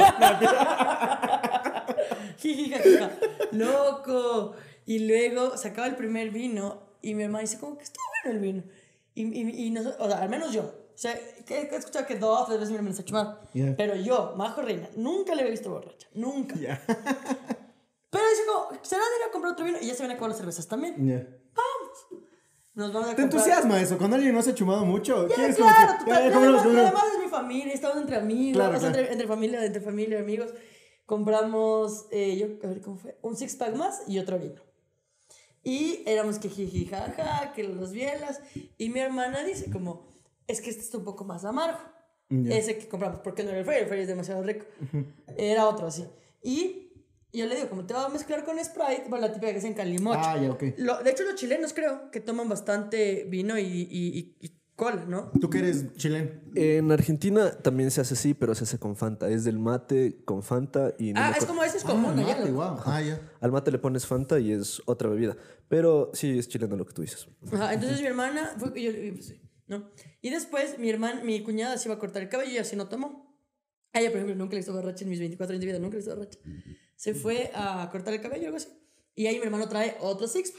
Jijijaja. Loco. Y luego se acaba el primer vino y mi hermana dice como que estuvo bueno el vino. Y nosotros, o sea, al menos yo. O sea, que he escuchado que 2 o 3 veces mi hermana se ha chumado. Yeah. Pero yo, Majo Reina, nunca le había visto borracha. Nunca. Yeah. Pero dice como, ¿será de ir a comprar otro vino? Y ya se van a acabar las cervezas también. Yeah. Vamos. Nos vamos a ¿Te comprar. entusiasma eso? Cuando alguien no se ha chumado mucho. Ya, ¿quieres claro, como que, total. comémonos? Además es mi familia, estamos entre amigos, Claro, o sea, claro. entre familia, amigos. Compramos, a ver cómo fue, un 6-pack más y otro vino. Y éramos que jiji, jaja, que las bielas. Y mi hermana dice como, es que este está un poco más amargo. Yeah. Ese que compramos, porque no era el Frey es demasiado rico. Era otro así. Y yo le digo, como te va a mezclar con Sprite, bueno, la típica que es en calimocho. Ah, ya, ok. De hecho, los chilenos creo que toman bastante vino y cola, ¿no? ¿Tú que eres chileno? En Argentina también se hace así, pero se hace con Fanta. Es del mate con Fanta y no me Es acuerdo. como ese es común allá. mate, ¿No? guau. Ah, ya. Al mate le pones Fanta y es otra bebida. Pero sí, es chileno lo que tú dices. Ajá, entonces mi hermana fue, y pues, sí, ¿no? Y después mi cuñada se iba a cortar el cabello y así no tomó. A ella, por ejemplo, nunca le hizo borracha en mis 24 años de vida, nunca le hizo borracha. Se fue a cortar el cabello o algo así. Y ahí mi hermano trae otro 6-pack.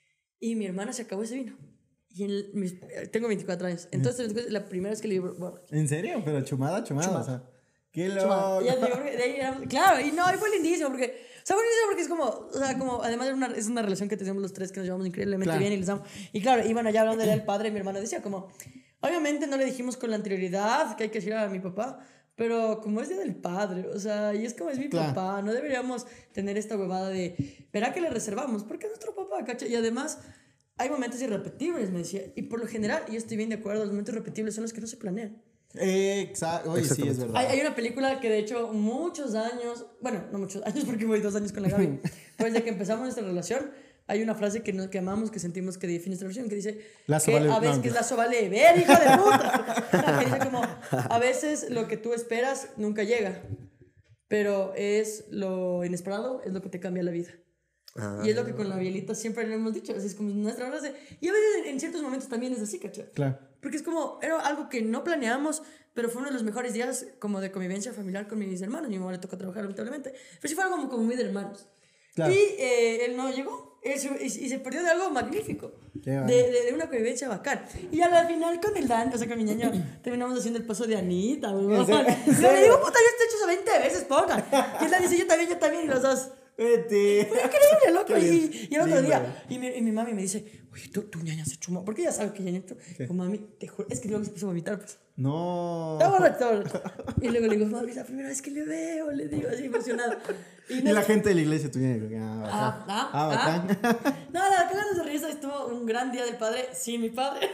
Y mi hermana se acabó ese vino. Y tengo 24 años. Entonces, la primera vez que le di borracha. ¿En serio? Pero chumada. O sea, qué loco. Y ya te digo, de ahí claro, y fue lindísimo porque, o sea, buenísimo porque es como, o sea, como, además es una relación que tenemos los tres que nos llevamos increíblemente Claro. bien y les amo. Y claro, iban allá hablando del padre, y mi hermano decía como, obviamente no le dijimos con la anterioridad que hay que decir a mi papá, pero como es día del padre, o sea, y es como es mi Claro. papá, no deberíamos tener esta huevada de, verá que le reservamos, porque es nuestro papá, ¿cacha? Y además, hay momentos irrepetibles, me decía, y por lo general, y yo estoy bien de acuerdo, los momentos irrepetibles son los que no se planean. Exacto. Oye, sí, es verdad. Hay una película que de hecho muchos años, bueno, no muchos años porque voy 2 años con la Gaby, pues desde que empezamos nuestra relación, hay una frase que amamos, que sentimos que define nuestra relación, que dice Lazo que vale- a veces no, que es lazo vale ver, hijo de puta. Que dice como, a veces lo que tú esperas nunca llega, pero es lo inesperado, es lo que te cambia la vida. Y es lo que con la bielita siempre le hemos dicho, así es como nuestra frase. Y a veces en ciertos momentos también es así, ¿cachai? Claro. Porque es como, era algo que no planeamos, pero fue uno de los mejores días como de convivencia familiar con mis hermanos. Mi mamá le tocó trabajar lamentablemente, pero sí fue algo como muy de hermanos. Claro. Y él no llegó, y se perdió de algo magnífico, Qué bueno. de una convivencia bacán. Y al final con el Dan, o sea, con mi ñaño, terminamos haciendo el paso de Anita, weón. serio? Yo le digo, puta, yo te he hecho eso 20 veces, ponga. Y el Dan dice, yo también, y los dos. Vete. Fue increíble, loco. Qué bien. Y el otro Lindo. día, y mi mami me dice, oye, tu ñaña se chumó. Porque ella sabe que ñañito. Digo, mami, te juro, es que luego se puso a vomitar, pues. No. Está borracho. Y luego le digo, mami, la primera vez que le veo, le digo así emocionado. Y la gente de la iglesia tuya. Bacán. Bacán. No, la cagada de risa, estuvo un gran día del padre. Sí, mi padre.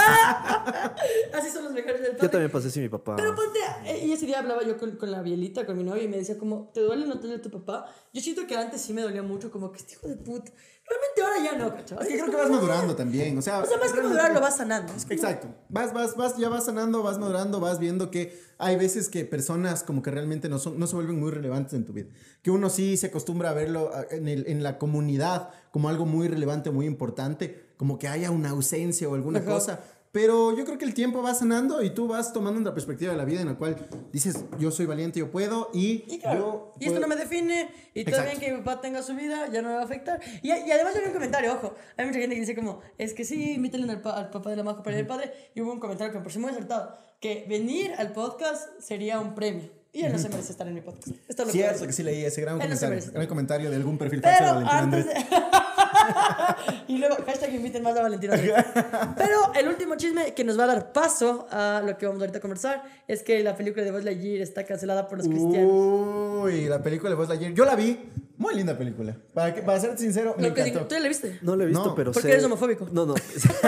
Así son los mejores del padre. Yo también pasé sin mi papá. Pero ponte, y ese día hablaba yo con la bielita, con mi novia, y me decía como, ¿te duele no tener a tu papá? Yo siento que antes sí me dolía mucho, como que este hijo de puta. Realmente ahora ya no, ¿cachai? Es que creo que vas madurando también. O sea, más que realmente- madurar, lo vas sanando. Es como- Exacto. Ya vas sanando, vas madurando, vas viendo que hay veces que personas como que realmente no se vuelven muy relevantes en tu vida. Que uno sí se acostumbra a verlo en la comunidad como algo muy relevante, muy importante, como que haya una ausencia o alguna Ajá. cosa. Pero yo creo que el tiempo va sanando y tú vas tomando una perspectiva de la vida en la cual dices, yo soy valiente, yo puedo Y claro, y esto no me define, y todo Exacto. bien que mi papá tenga su vida, ya no me va a afectar. Y además yo vi un comentario, ojo, hay mucha gente que dice como, es que sí, invítenle al papá de la Majo para ir al padre, y hubo un comentario que me pareció muy acertado, que venir al podcast sería un premio, y él no se merece estar en mi podcast. Esto es lo Cierto que que sí leí ese gran Él no se comentario. merece. Gran comentario de algún perfil falso de Pero Valentín antes Andrés. de... Y luego, hashtag inviten más a Valentín Andrés. Pero el último chisme que nos va a dar paso a lo que vamos ahorita a conversar es que la película de Buzz Lightyear está cancelada por los cristianos. Uy, la película de Buzz Lightyear. Yo la vi, Muy linda película. Para ser sincero, me encantó. ¿Tú ya la viste? No lo he visto, No, pero ¿Por qué sé... eres homofóbico? No, no.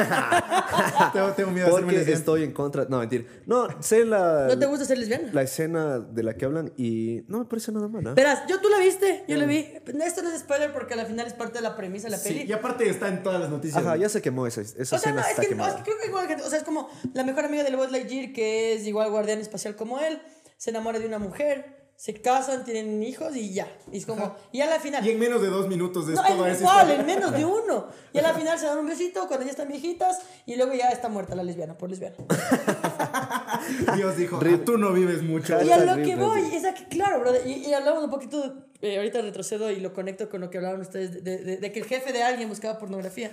Tengo miedo de hacerme Porque lesbiana. estoy en contra... No, mentira. No, sé la... ¿No te gusta ser lesbiana? La escena de la que hablan y no me parece nada mala. Verás, tú la viste, yo la vi. Esto no es spoiler porque al final es parte de la premisa de la peli. Sí, y aparte está en todas las noticias. Ajá, ya se quemó esa O sea, escena, no, es está que quemada. creo que igual gente, o sea, es como la mejor amiga del Buzz Lightyear, que es igual guardián espacial como él, se enamora de una mujer, se casan, tienen hijos y ya. Y es como, y a la final... Y en menos de 2 minutos de No, toda es esa igual, historia. en menos de uno. Y a la final se dan un besito cuando ya están viejitas y luego ya está muerta la lesbiana, por lesbiana. Dios dijo, tú no vives mucho. Y a lo Rip, que voy, rip. es a que, claro, brother, y hablamos un poquito, ahorita retrocedo y lo conecto con lo que hablaban ustedes, de que el jefe de alguien buscaba pornografía.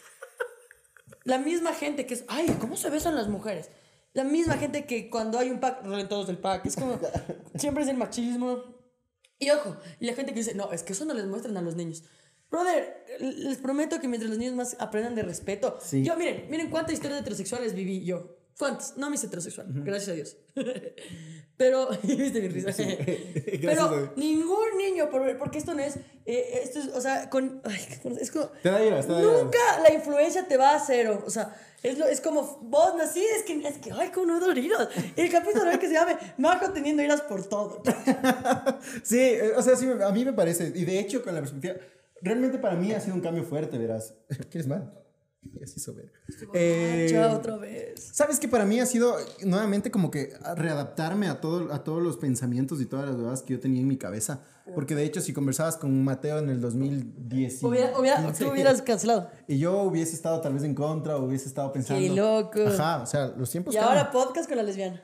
La misma gente que es, ay, ¿cómo se besan las mujeres? La misma gente que cuando hay un pack, rolen todos del pack. Es como, siempre es el machismo. Y ojo, y la gente que dice, no, es que eso no les muestran a los niños. Brother, les prometo que mientras los niños más aprendan de respeto. Sí. Yo, miren cuántas historias heterosexuales viví yo. ¿Cuántas? No me hice heterosexual, gracias a Dios. Pero, viste mi risa. Pero ningún niño, porque esto no es, esto es, o sea, es como, Te da ira, nunca la influencia te va a cero, o sea, es como, vos nací, es que, ay, como no dar iras. El capítulo que se llame Majo teniendo iras por todo. Sí, o sea, sí, a mí me parece. Y de hecho, con la perspectiva, realmente para mí ha sido un cambio fuerte, verás. ¿Quieres mal? Así sobre. Chao, otra vez. Sabes que para mí ha sido nuevamente como que readaptarme a todos los pensamientos y todas las dudas que yo tenía en mi cabeza. Porque de hecho, si conversabas con Mateo en el 2010, Tú hubieras cancelado. y yo hubiese estado tal vez en contra, o hubiese estado pensando. Qué loco. Ajá, o sea, los tiempos Y cambian. ahora podcast con la lesbiana.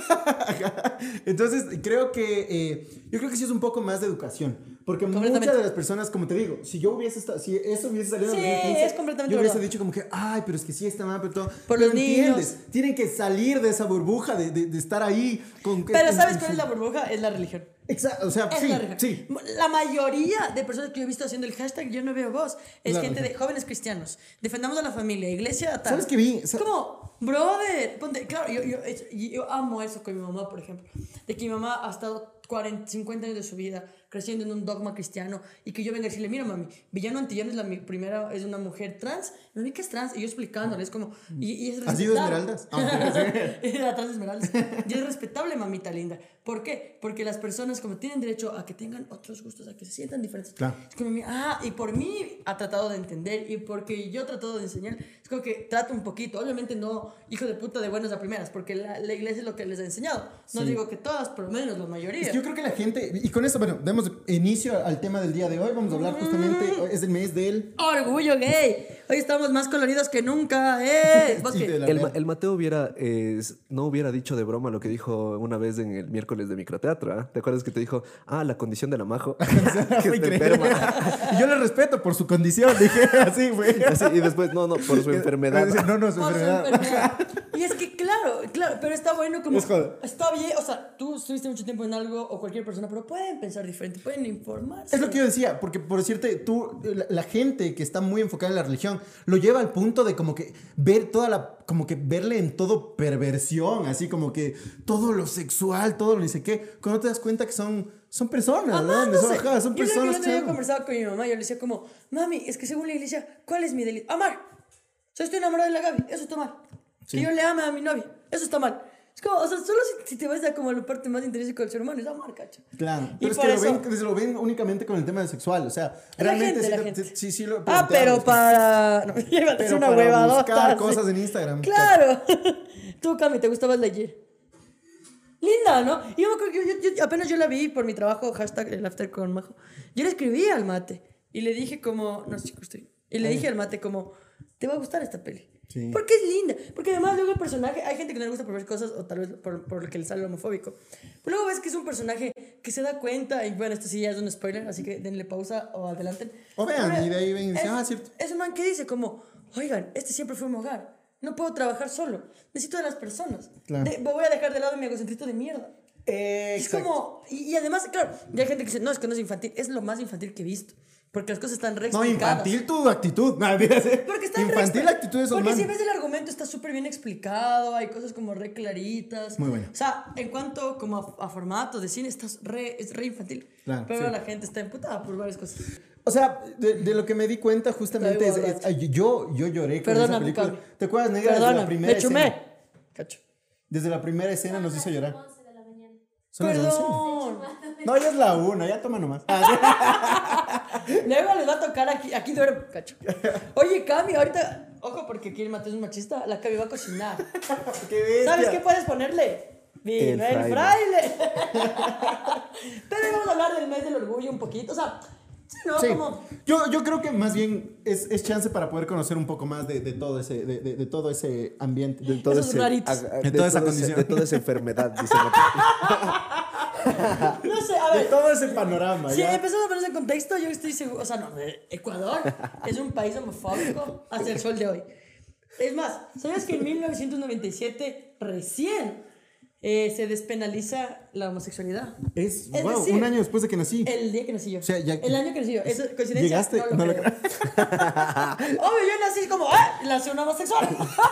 Entonces, creo que yo creo que sí es un poco más de educación. Porque muchas de las personas, como te digo, si eso hubiese salido en Sí, 2015, es completamente yo hubiese verdad. dicho como que, ay, pero es que sí está mal, pero todo. Por Pero los niños. tienen que salir de esa burbuja de estar ahí con. Pero ¿sabes cuál es la burbuja? Es la religión. Exacto, o sea, Es sí, la religión. sí. La mayoría de personas que yo he visto haciendo el hashtag Yo no veo voz es La gente de religión. jóvenes cristianos. Defendamos a la familia, iglesia, tal. ¿Sabes qué vi? Es como, brother, ponte, claro, yo amo eso con mi mamá, por ejemplo. De que mi mamá ha estado 50 años de su vida creciendo en un dogma cristiano y que yo venga a decirle, mira mami, Villano Antillano es mi primera, es una mujer trans. Mami, ¿qué es trans? Y yo explicándole, es como, y es ¿Has sido respetable. Esmeraldas? Era trans Esmeraldas. Y es respetable, mamita linda. ¿Por qué? Porque las personas como tienen derecho a que tengan otros gustos, a que se sientan diferentes. Claro. Es como, y por mí ha tratado de entender y porque yo he tratado de enseñar, es como que trato un poquito. Obviamente no, hijo de puta, de buenas a primeras, porque la iglesia es lo que les ha enseñado. No Sí. digo que todas, por lo menos la mayoría. Es que yo creo que la gente, y con esto, bueno, demos inicio al tema del día de hoy. Vamos a hablar justamente, es el mes del. ¡Orgullo gay! Hoy estamos más coloridos que nunca, ¿Vos Sí, qué? de la- El Mateo no hubiera dicho de broma lo que dijo una vez en el miércoles de microteatro. ¿Ah? ¿Te acuerdas que te dijo, la condición de la Majo? que Fue está increíble. enferma. Y yo le respeto por su condición, dije así, güey. Así, y después, no, por su enfermedad. No, no, su Por su enfermedad. enfermedad. Y es que, claro, pero está bueno como... Es joda. Está bien, o sea, tú estuviste mucho tiempo en algo o cualquier persona, pero pueden pensar diferente, pueden informarse. Es lo que yo decía, porque por decirte, la gente que está muy enfocada en la religión, lo lleva al punto de como que ver como que verle en todo perversión, así como que todo lo sexual, todo lo ni sé qué, cuando te das cuenta que son personas, ¿no? Amándose. Son Yo personas creo que que yo son- conversaba con mi mamá, yo le decía como, mami, es que según la iglesia, ¿cuál es mi delito? Amar. O sea, estoy enamorada de la Gaby, eso está mal. Sí. Que yo le ame a mi novia, eso está mal. Es como, o sea, solo si te vas a como la parte más intrínseca del ser humano, es amar, cacho. Claro, Y pero es por que eso- lo ven únicamente con el tema sexual, o sea, La realmente gente. sí lo Pero planteamos, para... No, iba a decir pero una para huevadota. buscar así. cosas en Instagram. Claro. Tú, Cami, ¿te gustaba Lightyear? Linda, ¿no? Y yo me acuerdo que apenas yo la vi por mi trabajo, hashtag el after con Majo. Yo le escribí al mate y le dije como... No sé si estoy... Y le dije al mate como... Te va a gustar esta peli. Sí. Porque es linda. Porque además luego el personaje... Hay gente que no le gusta por ver cosas o tal vez por el que le sale lo homofóbico. Pero luego ves que es un personaje que se da cuenta... Y bueno, esto sí ya es un spoiler, así que denle pausa o adelanten. O vean, Pero y de ahí ven y dicen, es- cierto. Es un man que dice como... Oigan, este siempre fue mi hogar. No puedo trabajar solo. Necesito de las personas. Claro. Voy a dejar de lado mi egocentrito de mierda. Es Exacto. como... Y además, claro, y hay gente que dice, no, es que no es infantil. Es lo más infantil que he visto. Porque las cosas están re No, explicadas. infantil tu actitud. No, Porque está infantil la actitud de esos Porque si manes. ves el argumento está súper bien explicado, hay cosas como re claritas. Muy bueno. O sea, en cuanto como a formato de cine, es re infantil. Claro, pero sí. la gente está emputada por varias cosas. O sea, de lo que me di cuenta justamente Está bien, yo lloré con esa Perdóname, película. Cami. ¿Te acuerdas, negra? Desde la Perdóname, primera me chumé. escena. Cacho. Desde la primera escena nos hizo llorar. 11 de la mañana. ¿Son las 11? Perdón. No, ya es la 1, ya toma nomás. Luego les va a tocar aquí duermo, cacho. Oye, Cami, ahorita, ojo, porque aquí el Mateo es un machista, la Cami va a cocinar. ¡Qué bestia! ¿Sabes qué puedes ponerle? Vino el fraile. fraile. Pero hoy vamos a hablar del mes del orgullo un poquito, o sea, sí, ¿no? Sí. Como... Yo creo que más bien es chance para poder conocer un poco más de todo ese ambiente. De todo Esos ese, raritos. De toda esa condición. de toda esa enfermedad, dice No sé, a De ver. todo ese panorama. Si ¿ya? empezamos a poner ese contexto, yo estoy seguro, o sea, no, Ecuador es un país homofóbico hasta el sol de hoy. Es más, ¿sabes que en 1997 recién se despenaliza la homosexualidad? Es Es wow, decir, un año después de que nací. El día que nací yo. O sea, ya- El año que nací yo. ¿Eso coincidencia? ¿Llegaste? No lo creo. Obvio, yo nací como, nací un homosexual.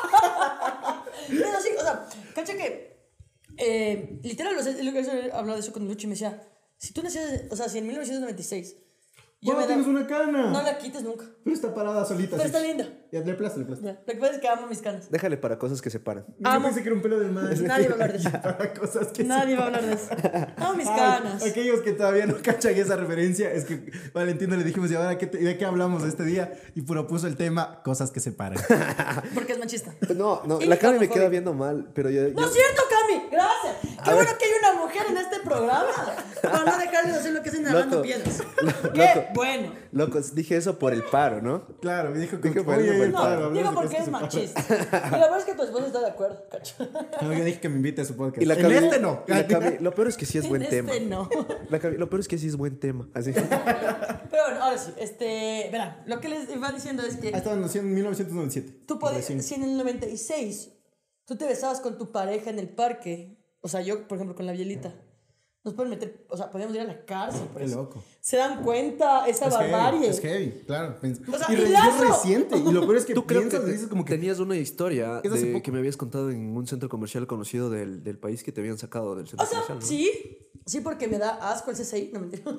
Pero sí, o sea, cacha que, literal, o sea, lo que yo hablaba de eso con Lucho y me decía, si tú nacías, o sea, si en 1996, yo ¡Wow, me tienes daba, una cana! no la quites nunca. Pero está parada solita. Pero así. está linda. Ya, le aplasta, le aplasta. Ya. Lo que pasa es que amo mis canas. Déjale para cosas que se paran. Yo Amo. pensé que era un pelo del mar. Nadie va a hablar de eso. Para cosas que Nadie va a hablar de eso. Amo mis Ay, canas. aquellos que todavía no cachan esa referencia, es que Valentina le dijimos, ¿y ahora de qué hablamos este día? Y propuso el tema, cosas que separan. Porque es machista. No, Y la Cami me homofóbico. queda viendo mal, pero yo... No es cierto, Cami. Gracias. Qué bueno que hay una mujer en este programa para no dejarles hacer lo que hacen narrando Loco. piedras. Loco. Qué bueno. Loco, dije eso por el paro, ¿no? Claro, me dijo Dije, que bueno, oye, bueno, No, claro, hablamos digo de porque cosas es que machista. Y la verdad es que tu esposa está de acuerdo, cacho. separan. No, yo dije que me invite a su podcast. Y la en Cami, este no. y la Cami- lo peor es que sí es En buen este tema. no. La Cami- lo peor es que sí es buen tema. Así. Pero bueno, ahora sí, verán, lo que les iba diciendo es que Estaban naciendo en 1997. tú podías, Recién. si en el 96 tú te besabas con tu pareja en el parque, o sea, yo, por ejemplo, con la Bielita, nos pueden meter, o sea, podíamos ir a la cárcel por Qué eso. loco. ¿Se dan cuenta esa Es heavy, barbarie? es heavy, claro. O sea, y ¡y es lazo! reciente. Y lo peor es que Tú creo que piensas y dices como que... tenías una historia Es hace de poco. que me habías contado en un centro comercial conocido del país que te habían sacado del centro O sea, comercial, ¿no? sí, porque me da asco el CCI, no mentira.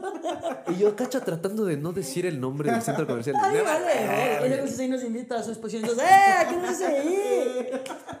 Y yo, cacha, tratando de no decir el nombre del centro comercial. Ay, vale. Y luego el CCI nos invita a su exposición y entonces, ¿qué no es CCI?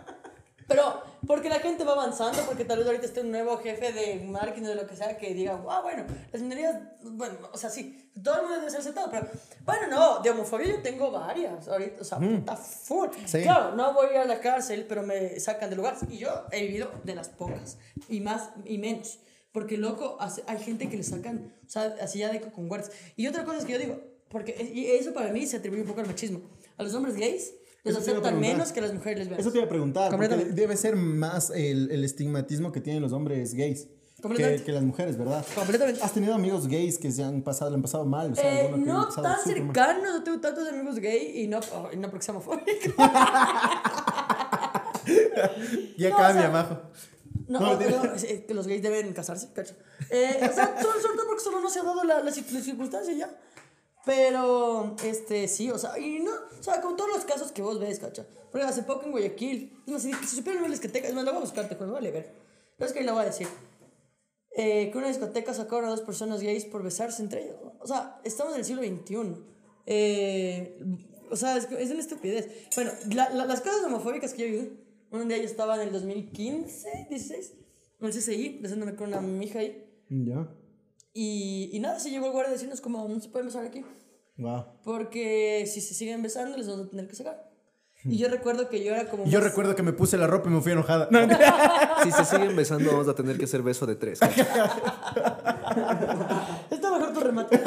Pero, porque la gente va avanzando, porque tal vez ahorita esté un nuevo jefe de marketing o de lo que sea que diga, bueno, las minorías, bueno, o sea, sí, todo el mundo debe ser aceptado, pero, bueno, no, de homofobia yo tengo varias ahorita, o sea, puta full. Sí. Claro, no voy a ir a la cárcel, pero me sacan del lugar. Y yo he vivido de las pocas, y más y menos. Porque, loco, hay gente que le sacan, o sea, así ya de con guardias. Y otra cosa es que yo digo, porque y eso para mí se atribuye un poco al machismo. A los hombres gays los Eso te iba a aceptan preguntar. menos que a las mujeres lesbianas. Eso te iba a preguntar, porque Completamente. debe ser más el estigmatismo que tienen los hombres gays Completamente. que las mujeres, ¿verdad? Completamente. ¿Has tenido amigos gays que le han pasado mal? O sea, alguno que le han No pasado tan súper mal. cercanos, no tengo tantos amigos gay y no porque sea homofóbico. Ya No, cambia, o sea, majo. No, No, que los gays deben casarse, cacho. O sea, sobre todo porque solo no se ha dado la circunstancia ya. Pero, sí, o sea, y no, o sea, con todos los casos que vos ves, cacha. Porque hace poco en Guayaquil, no sé, si supieron una discoteca, es más, la voy a buscarte, pues, vale, ver. No es que la voy a decir. Que una discoteca sacaron a 2 personas gays por besarse entre ellos, ¿no? O sea, estamos en el siglo XXI. O sea, es una estupidez. Bueno, las cosas homofóbicas que yo viví, un día yo estaba en el 2015, 16, en el CCI, besándome con una mija ahí. Ya. Y nada, se llegó el guardia a decirnos como, no se pueden besar aquí. Wow. Porque si se siguen besando, les vamos a tener que sacar. Y yo recuerdo que yo era como... Yo más- recuerdo que me puse la ropa y me fui enojada. No, Si se siguen besando, vamos a tener que hacer beso de 3. Está mejor tu remate. O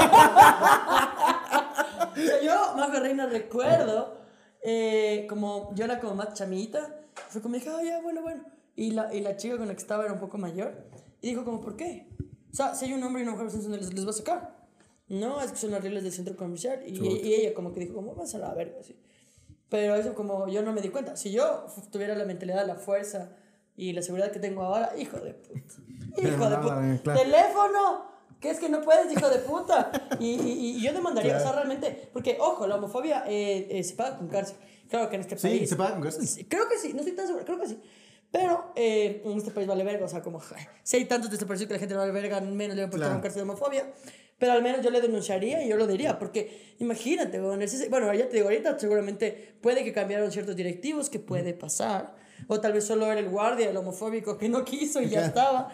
sea, yo, Majo Reina, recuerdo como yo era como más chamita. Fue como, dije, ya, bueno. Y la chica con la que estaba era un poco mayor. Y dijo como, ¿por qué? O sea, si hay un hombre y una mujer besando, les va a sacar. No, es que son las reglas del centro comercial. Y ella como que dijo, como, vas a la verga, así. Pero eso como yo no me di cuenta. Si yo tuviera la mentalidad, la fuerza y la seguridad que tengo ahora, hijo de puta. Hijo de puta. Claro. Teléfono, ¿Qué es que no puedes, hijo de puta? Y yo demandaría, o sea, realmente, porque, ojo, la homofobia se paga con cárcel. Claro que en este país... Sí, se paga con cárcel. Creo que sí, no estoy tan seguro, creo que sí. Pero en este país vale verga, o sea, como si hay tantos desaparecidos que la gente no vale verga, menos le va a poner un cárcel de homofobia. Pero al menos yo le denunciaría y yo lo diría, porque imagínate, bueno, ya te digo, ahorita seguramente puede que cambiaron ciertos directivos, que puede pasar, o tal vez solo era el guardia, el homofóbico que no quiso y ya estaba.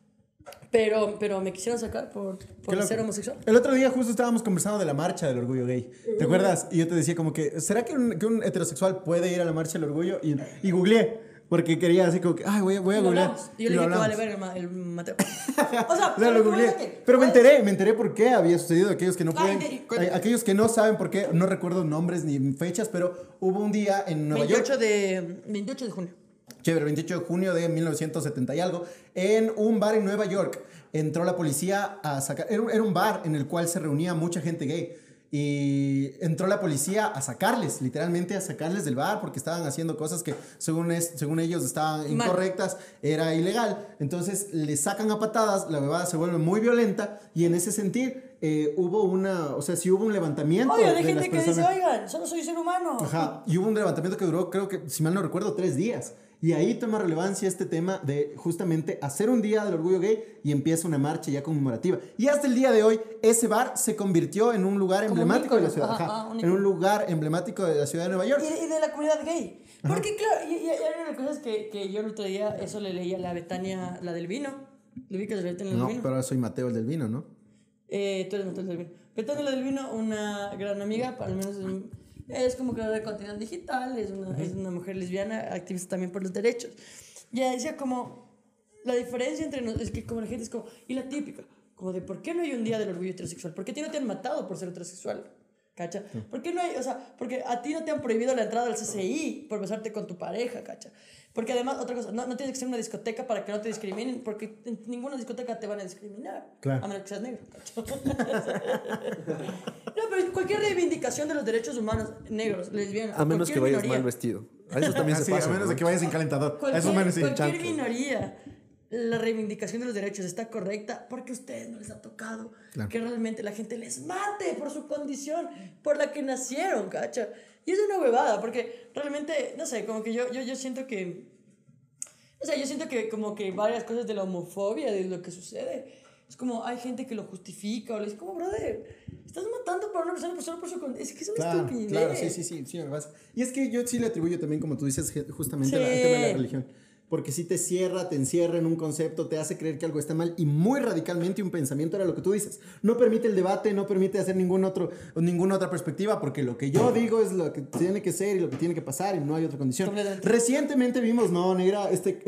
Pero me quisieron sacar por ser homosexual. El otro día justo estábamos conversando de la marcha del orgullo gay. ¿Te acuerdas? Y yo te decía como que, ¿será que un heterosexual puede ir a la marcha del orgullo? Y googleé. Porque quería así como que, ay, voy a googlear. Yo le dije que vale ver el Mateo. O sea, lo googleé. Pero me enteré por qué había sucedido. Aquellos que no pueden, aquellos que no saben por qué, no recuerdo nombres ni fechas, pero hubo un día en Nueva York. 28 de junio. Chévere, 28 de junio de 1970 y algo, en un bar en Nueva York, entró la policía a sacar, era un bar en el cual se reunía mucha gente gay, y entró la policía a sacarles, literalmente a sacarles del bar, porque estaban haciendo cosas que según ellos estaban incorrectas, era ilegal. Entonces les sacan a patadas, la bebada se vuelve muy violenta, y en ese sentir hubo un levantamiento. Oye, de gente que dice, oigan, solo soy ser humano. Ajá, y hubo un levantamiento que duró, creo que, si mal no recuerdo, 3 días. Y ahí toma relevancia este tema de justamente hacer un día del orgullo gay y empieza una marcha ya conmemorativa. Y hasta el día de hoy, ese bar se convirtió en un lugar emblemático de la ciudad. En un lugar emblemático de la ciudad de Nueva York. Y de la comunidad gay. Porque, claro, y hay una cosa que yo el otro día, eso le leí a la Betania, la del vino. ¿Le ubicas la Betania del vino? No, pero ahora soy Mateo, el del vino, ¿no? Tú eres Mateo, el del vino. Betania, la del vino, una gran amiga, al menos es como creadora de contenido digital, es una mujer lesbiana, activista también por los derechos. Y ella decía como, la diferencia entre nosotros, es que como la gente es como, y la típica, como de ¿por qué no hay un día del orgullo heterosexual? ¿Por qué a ti no te han matado por ser heterosexual? ¿Cacha? ¿Por qué no hay, o sea, porque a ti no te han prohibido la entrada al CCI por besarte con tu pareja, ¿cacha? Porque además, otra cosa, no tienes que ser una discoteca para que no te discriminen, porque en ninguna discoteca te van a discriminar. Claro. A menos que seas negro, ¿cacha? No, pero cualquier reivindicación de los derechos humanos, negros, lesbianas, a menos que vayas minoría, mal vestido. A eso también se pasa. A menos de que vayas en calentador. Cualquier minoría, la reivindicación de los derechos está correcta porque a ustedes no les ha tocado que realmente la gente les mate por su condición por la que nacieron, ¿cacha? Y es una huevada porque realmente, no sé, como que yo siento que... O sea, yo siento que como que varias cosas de la homofobia, de lo que sucede, es como hay gente que lo justifica o le dice como, brother, estás matando por una persona solo por su condición. Es que es una estupidez. Claro, sí, me pasa. Y es que yo sí le atribuyo también, como tú dices, justamente al tema de la religión. Porque si te encierra en un concepto, te hace creer que algo está mal, y muy radicalmente un pensamiento era lo que tú dices. No permite el debate, no permite hacer ninguna otra perspectiva, porque lo que yo digo es lo que tiene que ser y lo que tiene que pasar y no hay otra condición. Recientemente vimos, negra,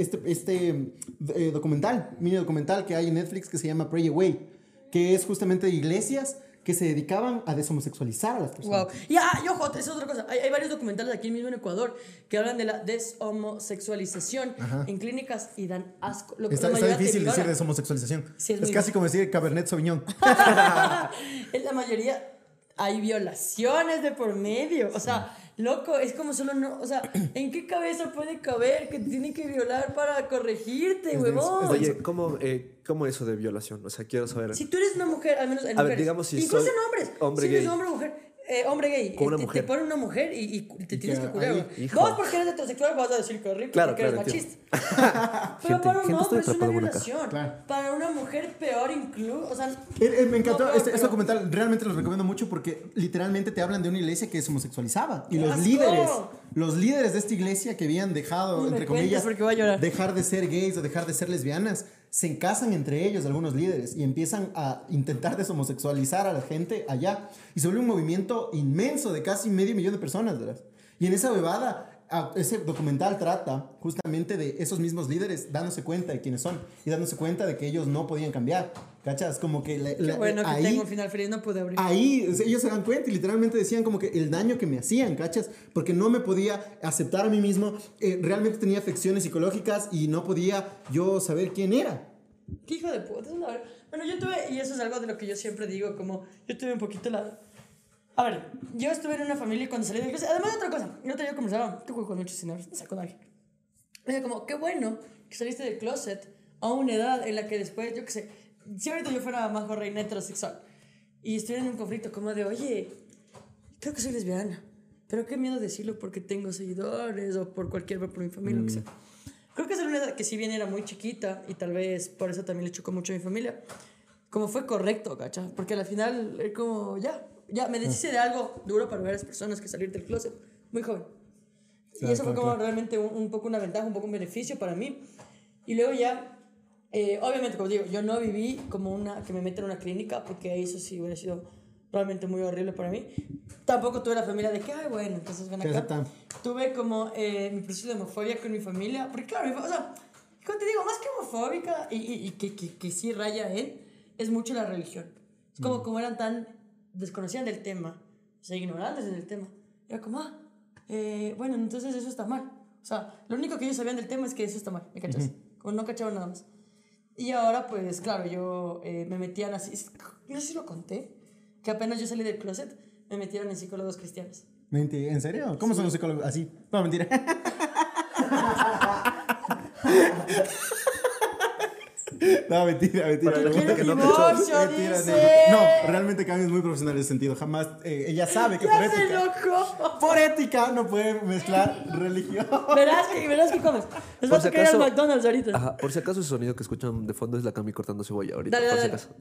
mini documental que hay en Netflix que se llama Pray Away, que es justamente de iglesias que se dedicaban a deshomosexualizar a las personas. Wow. Y ojo, esa es otra cosa. Hay varios documentales aquí mismo en Ecuador que hablan de la deshomosexualización en clínicas y dan asco. Está difícil decir deshomosexualización. Sí, es casi como decir Cabernet Sauvignon. En la mayoría hay violaciones de por medio. O sea, loco, es como solo no... O sea, ¿en qué cabeza puede caber que te tienen que violar para corregirte, huevón? Oye, ¿cómo eso de violación? O sea, quiero saber. Si tú eres una mujer, al menos en a mujeres, ver, digamos si incluso soy en hombres, hombre si gay. eres hombre o mujer, hombre gay, con una mujer. te pone una mujer y te tienes que curar. Hijo. Vos porque eres heterosexual vas a decir que rico, Claro, porque eres machista. Pero para un hombre es una violación. Para una mujer peor incluso. O sea, me encantó este documental, realmente los recomiendo mucho porque literalmente te hablan de una iglesia que es homosexualizaba. Y los líderes de esta iglesia que habían dejado, entre comillas, dejar de ser gays o dejar de ser lesbianas, se casan entre ellos, algunos líderes, y empiezan a intentar deshomosexualizar a la gente allá. Y se vuelve un movimiento inmenso de casi 500,000 de personas, ¿verdad? Y en esa bebada, ese documental trata justamente de esos mismos líderes dándose cuenta de quiénes son y dándose cuenta de que ellos no podían cambiar. ¿Cachas? Como que qué bueno que tengo un final feliz, no pude abrir. Ahí ellos se dan cuenta y literalmente decían como que el daño que me hacían, ¿cachas? Porque no me podía aceptar a mí mismo, realmente tenía afecciones psicológicas y no podía yo saber quién era. ¿Qué hijo de puta? Bueno, yo tuve, y eso es algo de lo que yo siempre digo, como yo tuve un poquito la... A ver, yo estuve en una familia cuando salí de iglesia. Además de otra cosa, yo te conversaba, tú juego con muchos señores, no sé, con alguien. Me dijo como, qué bueno que saliste del closet a una edad en la que después, yo qué sé, si ahorita yo fuera más reina heterosexual y estuviera en un conflicto como de, oye, creo que soy lesbiana, pero qué miedo decirlo porque tengo seguidores o por mi familia, lo que sea. Creo que es una que si bien era muy chiquita y tal vez por eso también le chocó mucho a mi familia, como fue correcto, ¿cachai? Porque al final es como, ya me deshice de algo duro para varias personas que salir del closet muy joven. Y eso fue como realmente un poco una ventaja, un poco un beneficio para mí. Y luego ya, obviamente, como digo, yo no viví como que me meten en una clínica, porque eso sí hubiera sido realmente muy horrible para mí. Tampoco tuve la familia de que, ay, bueno, entonces ven acá. Tuve como mi proceso de homofobia con mi familia, porque claro, o sea, como te digo, más que homofóbica y que sí raya en, es mucho la religión. Es como eran tan desconocían del tema, o sea, ignorantes del tema. Era como, bueno, entonces eso está mal. O sea, lo único que ellos sabían del tema es que eso está mal, ¿me cachas? Como no cachaban nada más. Y ahora, pues, claro, yo me metían así, no sé si lo conté, que apenas yo salí del closet, me metieron en psicólogos cristianos. Mentira, ¿en serio? ¿Cómo son los psicólogos? Así. No, mentira. No, mentira. Para la gente que no divorcio, Mentira, dice. no, realmente Cami es muy profesional en ese sentido. Jamás, ella sabe que por ética no puede mezclar religión. Verás que comes. Les vas a caer al McDonald's ahorita. Ajá, por si acaso ese sonido que escuchan de fondo es la Cami cortando cebolla ahorita. Dale, por dale. si acaso.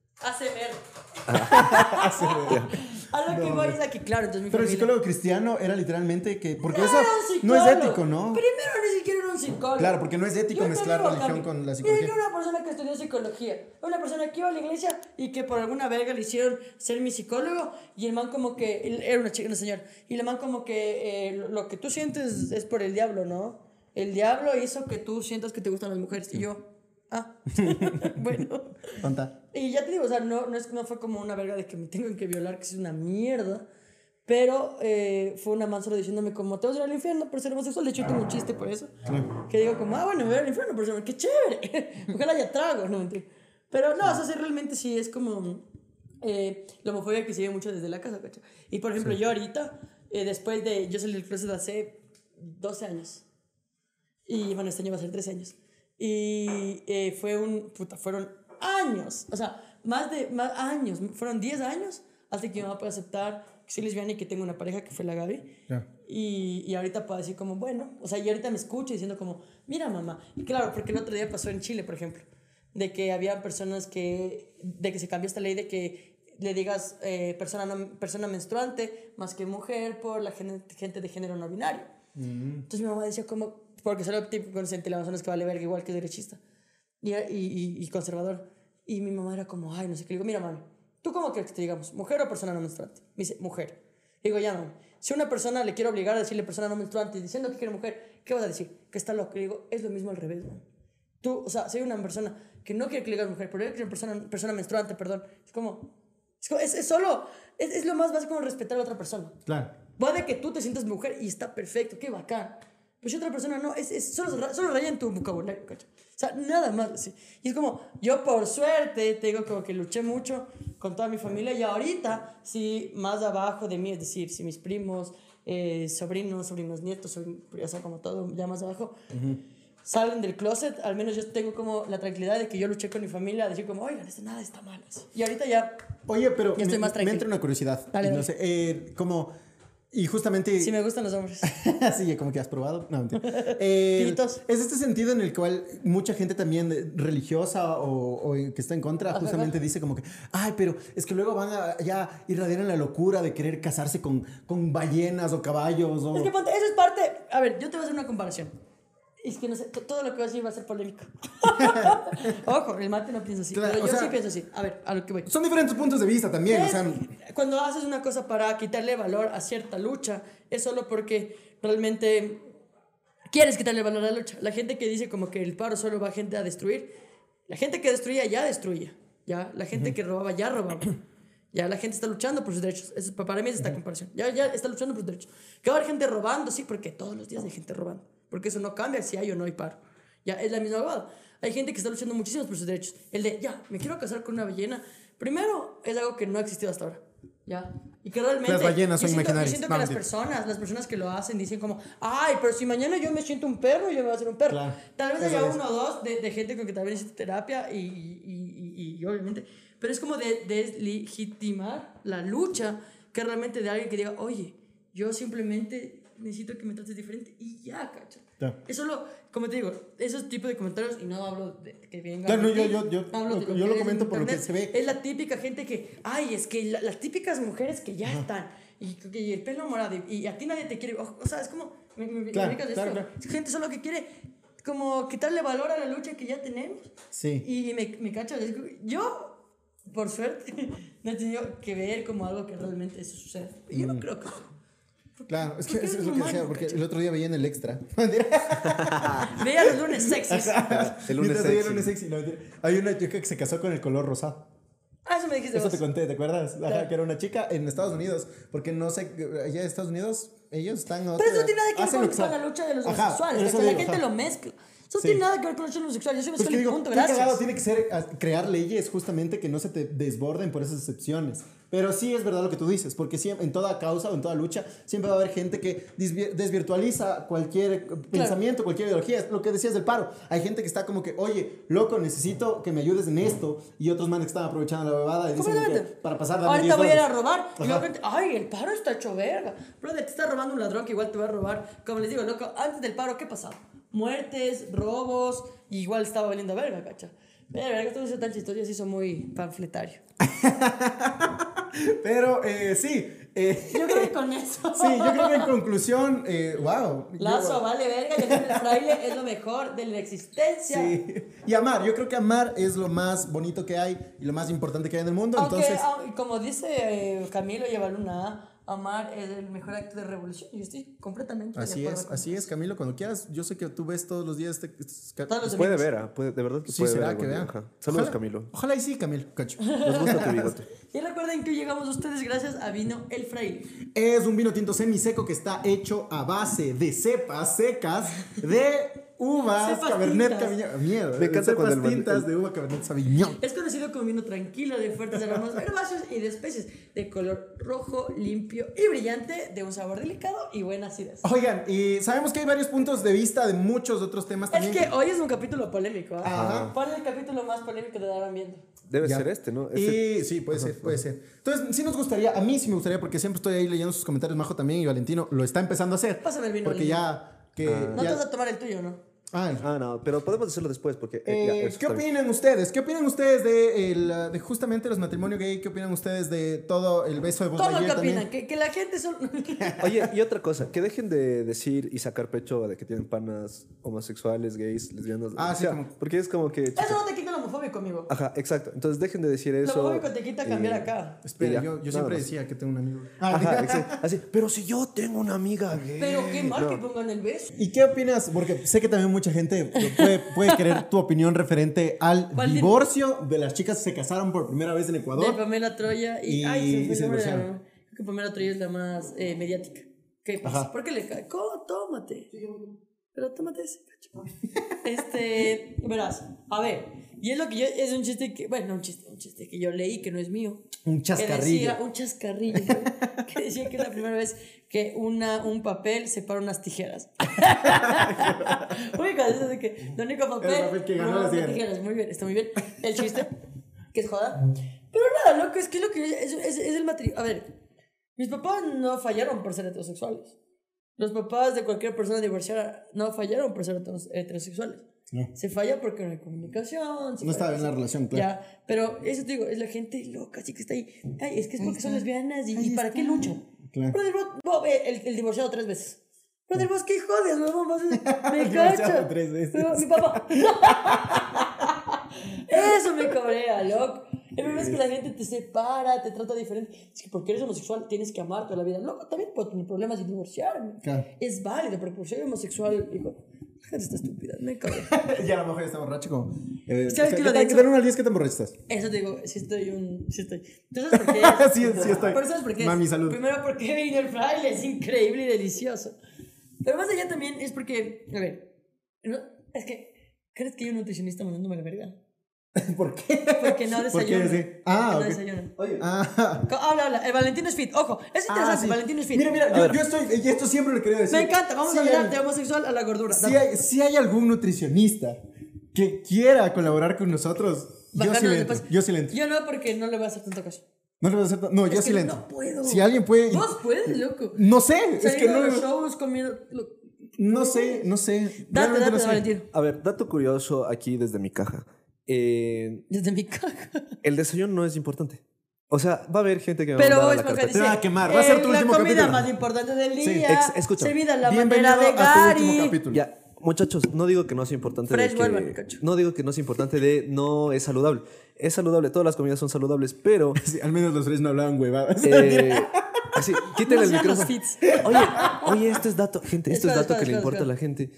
ASMR. A lo que voy es aquí, claro, entonces mi Pero el familia. psicólogo cristiano era literalmente que. Porque No eso era un no es psicólogo. ético, ¿no? Primero ni siquiera era un psicólogo. Claro, porque no es ético Yo te mezclar digo, religión Cami, con la Yo psicología. era una persona que estudió psicología. Una persona que iba a la iglesia y que por alguna verga le hicieron ser mi psicólogo. Y el man como que... Él era una chica, una señora. Y el man como que lo que tú sientes es por el diablo, ¿no? El diablo hizo que tú sientas que te gustan las mujeres. Y yo... bueno. Tonta. Y ya te digo, o sea, no fue como una verga de que me tengan que violar, que es una mierda. Pero fue una man solo diciéndome como, te vas a ir al infierno por ser homosexual. De hecho, yo tengo un chiste por eso. Que digo como, bueno, me voy al infierno por ser homosexual. ¡Qué chévere! Ojalá ya trago, no mentira. Pero no, o sea, sí, realmente sí es como la homofobia que se ve mucho desde la casa, ¿cachai? Y por ejemplo, yo ahorita, después de... Yo salí del closet hace 12 años. Y bueno, este año va a ser 13 años. Y fueron años, o sea, más años, fueron 10 años hasta que mi mamá puede aceptar que soy lesbiana y que tengo una pareja que fue la Gaby. Yeah. Y ahorita puedo decir como, bueno, o sea, y ahorita me escucho diciendo como, mira mamá. Y claro, porque el otro día pasó en Chile, por ejemplo, de que había personas de que se cambió esta ley de que le digas persona menstruante más que mujer por la gente de género no binario. Entonces mi mamá decía como, porque solo el tipo con el Amazonas que vale verga igual que derechista y conservador. Y mi mamá era como, ay, no sé qué. Le digo, mira, mami, ¿tú cómo quieres que te digamos? ¿Mujer o persona no menstruante? Me dice, mujer. Le digo, ya, mami, si a una persona le quiero obligar a decirle persona no menstruante diciendo que quiere mujer, ¿qué vas a decir? Que está loco. Le digo, es lo mismo al revés, mami. Tú, o sea, si hay una persona que no quiere que le digas mujer, pero quiere persona menstruante, perdón. Es lo más básico como respetar a otra persona. Claro. Puede que tú te sientas mujer y está perfecto, qué bacán. Pero si otra persona no, solo raya en tu vocabulario, ¿cachai? O sea, nada más así. Y es como, yo por suerte, te digo como que luché mucho con toda mi familia y ahorita, sí, más abajo de mí, es decir, si mis primos, sobrinos, nietos, o sea, como todo, ya más abajo, salen del closet, al menos yo tengo como la tranquilidad de que yo luché con mi familia, decir como, oigan, nada está mal. Así. Y ahorita ya... Oye, pero ya estoy más me tranquila. entra una curiosidad. Dale, y no dale. sé, como... Y justamente... Sí, me gustan los hombres. Sí, como que has probado. No, mentira. Pitos. Es este sentido en el cual mucha gente también religiosa o que está en contra justamente dice como que, ay, pero es que luego van a ya irradiar en la locura de querer casarse con ballenas o caballos. O... Es que ponte, eso es parte... A ver, yo te voy a hacer una comparación. Es que no sé, todo lo que voy a decir va a ser polémico. Ojo, el mate no piensa así, Claro, pero o yo sea, sí pienso así. A ver, a lo que voy. Son diferentes puntos de vista también, o sea... Cuando haces una cosa para quitarle valor a cierta lucha, es solo porque realmente quieres quitarle valor a la lucha. La gente que dice como que el paro solo va gente a destruir, la gente que destruía ya destruía. ¿Ya? La gente que robaba ya robaba. Ya la gente está luchando por sus derechos. Para mí es esta comparación. Ya está luchando por sus derechos. Que va a haber gente robando, sí, porque todos los días hay gente robando. Porque eso no cambia si hay o no hay paro. Ya es la misma abogada. Hay gente que está luchando muchísimo por sus derechos. El de, ya, me quiero casar con una ballena. Primero, es algo que no ha existido hasta ahora. ¿Ya? Y que realmente... Las ballenas son yo imaginarias. siento que las personas que lo hacen dicen como, ay, pero si mañana yo me siento un perro, yo me voy a hacer un perro. Claro. Tal vez Eso haya es. uno o dos de gente con que tal vez necesite terapia y y obviamente, pero es como de deslegitimar la lucha que realmente de alguien que diga, oye, yo simplemente necesito que me trates diferente y ya, cacha. Es solo, como te digo, esos tipos de comentarios, y no hablo de que venga. Claro, yo lo comento por lo que se ve. Es la típica gente que, ay, es que las típicas mujeres que ya están, y el pelo morado, y a ti nadie te quiere. O sea, es como, Claro. Es gente solo que quiere como quitarle valor a la lucha que ya tenemos. Sí. Y me cacho. Yo, por suerte, no he tenido que ver como algo que realmente eso sucede. Y yo no creo que Claro, es que porque eso es es lo que normal, decía, porque ¿cachai? el otro día veía en el extra. Veía los lunes sexys. El lunes Mientras veía el sexy. lunes sexy, no, mentira. Hay una chica que se casó con el color rosado. Ah, eso me dijiste Eso vos. te conté, ¿te acuerdas? Ajá, Claro. que era una chica en Estados Unidos, porque no sé, allá en Estados Unidos ellos están... Pero eso no tiene nada que ver hacen lo con sea. la lucha de los Ajá, homosexuales. eso Que la digo, gente ajá. lo mezcla. Eso no Sí. tiene nada que ver con la lucha de los homosexuales. Yo soy Pues que digo, punto, qué cagado gracias. tiene que ser crear leyes justamente que no se te desborden por esas excepciones. Pero sí es verdad lo que tú dices, porque siempre, en toda causa o en toda lucha siempre va a haber gente que desvirtualiza cualquier pensamiento, cualquier ideología. Es lo que decías del paro. Hay gente que está como que, oye, loco, necesito que me ayudes en esto. Y otros manes que están aprovechando la bebada y dicen que Completamente. para pasar... dame Ahorita 10 voy a ir a dólares. robar. Y Ajá. luego gente, ay, el paro está hecho verga. Brother, te está robando un ladrón que igual te va a robar. Como les digo, loco, antes del paro, ¿qué pasaba? Muertes, robos, y igual estaba valiendo verga, cacha. Pero verga, esto no es tan chistoso, sí son muy panfletario. Pero sí. Yo creo que con eso. Sí, yo creo que en conclusión, wow. Lazo vale verga y el fraile es lo mejor de la existencia. Sí. Y amar, yo creo que amar es lo más bonito que hay y lo más importante que hay en el mundo. Aunque, Entonces, como dice Camilo Llevaluna, amar es el mejor acto de revolución. Yo estoy completamente de acuerdo con así eso. es, Camilo, cuando quieras. Yo sé que tú ves todos los días Todos los Puede domingos. ver, puede, de verdad que Sí, puede ver. será algún que día, vean. ajá. Saludos, Ojalá- Camilo. Ojalá y sí, Camilo, cacho. Nos gusta tu bigote. Y recuerden que llegamos a ustedes gracias a Vino El Fraile. Es un vino tinto semiseco que está hecho a base de cepas secas de uvas Cepas Cabernet tintas. Sauvignon. Mierda, Me encanta cepas cuando el man- tintas de uva Cabernet Sauvignon. Es conocido como vino tranquilo, de fuertes aromas herbáceos y de especies, de color rojo, limpio y brillante, de un sabor delicado y buena acidez. Oigan, y sabemos que hay varios puntos de vista de muchos otros temas Es también. que hoy es un capítulo polémico. ¿eh? Ajá. ¿Cuál es el capítulo más polémico de Darán viendo? Debe Ya. ser este, ¿no? Este- Y sí, puede ser, puede ser. Entonces, sí nos gustaría, a mí sí me gustaría, porque siempre estoy ahí leyendo sus comentarios, Majo también, y Valentino lo está empezando a hacer. Pásame el vino, Porque Valentino. ya... Que, No ya- te vas a tomar el tuyo, ¿no? Ah, no, pero podemos hacerlo después porque... ya, eso ¿Qué está bien. opinan ustedes? ¿Qué opinan ustedes de justamente los matrimonios gay? ¿Qué opinan ustedes de todo el beso de Buzz Todo lo que Lightyear opinan, también? que la gente son... Oye, y otra cosa, que dejen de decir y sacar pecho de que tienen panas homosexuales, gays, lesbianas. Ah, o sí, sea, como- porque es como que... Eso no te quita lo homofóbico, amigo. Ajá, exacto. Entonces dejen de decir Lo eso. homofóbico te quita cambiar y- acá. Espera, Ya, yo nada siempre más. decía que tengo un amigo. Ajá, exacto. Así, pero si yo tengo una amiga gay. Pero qué mal No. que pongan el beso. ¿Y qué opinas? Porque sé que también mucha gente puede querer tu opinión referente al ¿Cuál divorcio de las chicas que se casaron por primera vez en De Ecuador. Pamela Troya y... Y ay, se me fue se el nombre de divorciaron. la- Creo que Pamela Troya es la más mediática. ¿Qué pasa? Ajá. ¿Por qué le cae? Tómate. Pero tómate ese, cacho. Verás, a ver, y es lo que yo, es un chiste que, bueno, un chiste que yo leí que no es mío. Un Que chascarrillo. decía, un chascarrillo, ¿no? Que decía que es la primera vez que un papel separa unas tijeras. Uy, cuando dices de que el único papel, El papel que ganó no, las las tijeras. Muy bien, está muy bien. El chiste, que es joda. Pero nada, loco, es que lo que es el matrimonio. A ver, mis papás no fallaron por ser heterosexuales. Los papás de cualquier persona divorciada no fallaron por ser heterosexuales. No. Se falla porque no hay comunicación. No estaba bien la relación, claro. Ya, pero eso te digo, es la gente loca, así que está ahí. Ay, es que es porque son lesbianas y, Ahí ¿y para está. qué luchan? Claro. Brother, vos, el divorciado 3 veces. Brother, vos qué jodes, huevón, vos me Divorciado cacha. 3 veces. Pero mi papá. Eso me cabrea, loco. El problema es que la gente te separa, te trata diferente. Es que porque eres homosexual tienes que amar toda la vida. Loco, también puedo tener problemas y divorciarme. Claro. Es válido, pero por ser homosexual, digo, la gente está estúpida, me cabrea. Ya la mujer está borracha como... ¿Sabes qué lo de ¿Qué hecho? tal 1 al 10? ¿Qué tan borracha estás? Eso te digo, sí estoy. ¿Tú sabes por qué? Sí, sí estoy. Pero ¿sabes por qué? Mami, salud. Primero porque vino el fraile, es increíble y delicioso. Pero más allá también es porque, a ver, es que, ¿crees que hay un nutricionista mandándome la verga? ¿Por qué? Porque no ¿Por qué? desayuno. Sí. Ah, Porque ok. no desayuno. Oye, Ah. Habla. El Valentino es fit. Ojo, es interesante. Sí. Valentino es fit. Mira, yo estoy... Y esto siempre lo quería decir. Me encanta. Vamos Sí a hablar hay- de homosexual a la gordura. Si hay algún nutricionista que quiera colaborar con nosotros, bajarnos sí le de entro, peso. yo sí le entro. Yo no, porque no le voy a hacer tanto caso. No le vas a hacer. No, yo Es sí que le entro. no puedo. Si alguien puede. Vos puedes, loco. No sé, es que Saliendo no. de los shows, comiendo. No sé. Date, Realmente no sé. Valentín. A ver, dato curioso aquí desde mi caja. Desde mi caja. El desayuno no es importante. O sea, va a haber gente que me Pero va a Bob mandar a la Esponja carpeta. dice, Te va a quemar, va a ser tu último la comida capítulo. más importante del Sí, día. escucha. Servida a la Bienvenido manera de a tu último Gary. capítulo. Ya, muchachos, no digo que no sea importante Fresh de vuelvan, cacho. no digo que no sea importante de no es saludable. Es saludable, todas las comidas son saludables, pero Sí, al menos los tres no hablaban huevadas. así, quítenle el No sean los micrófono. fits. Oye, esto es dato, gente, esto es Espera, dato que le espera, importa a la gente.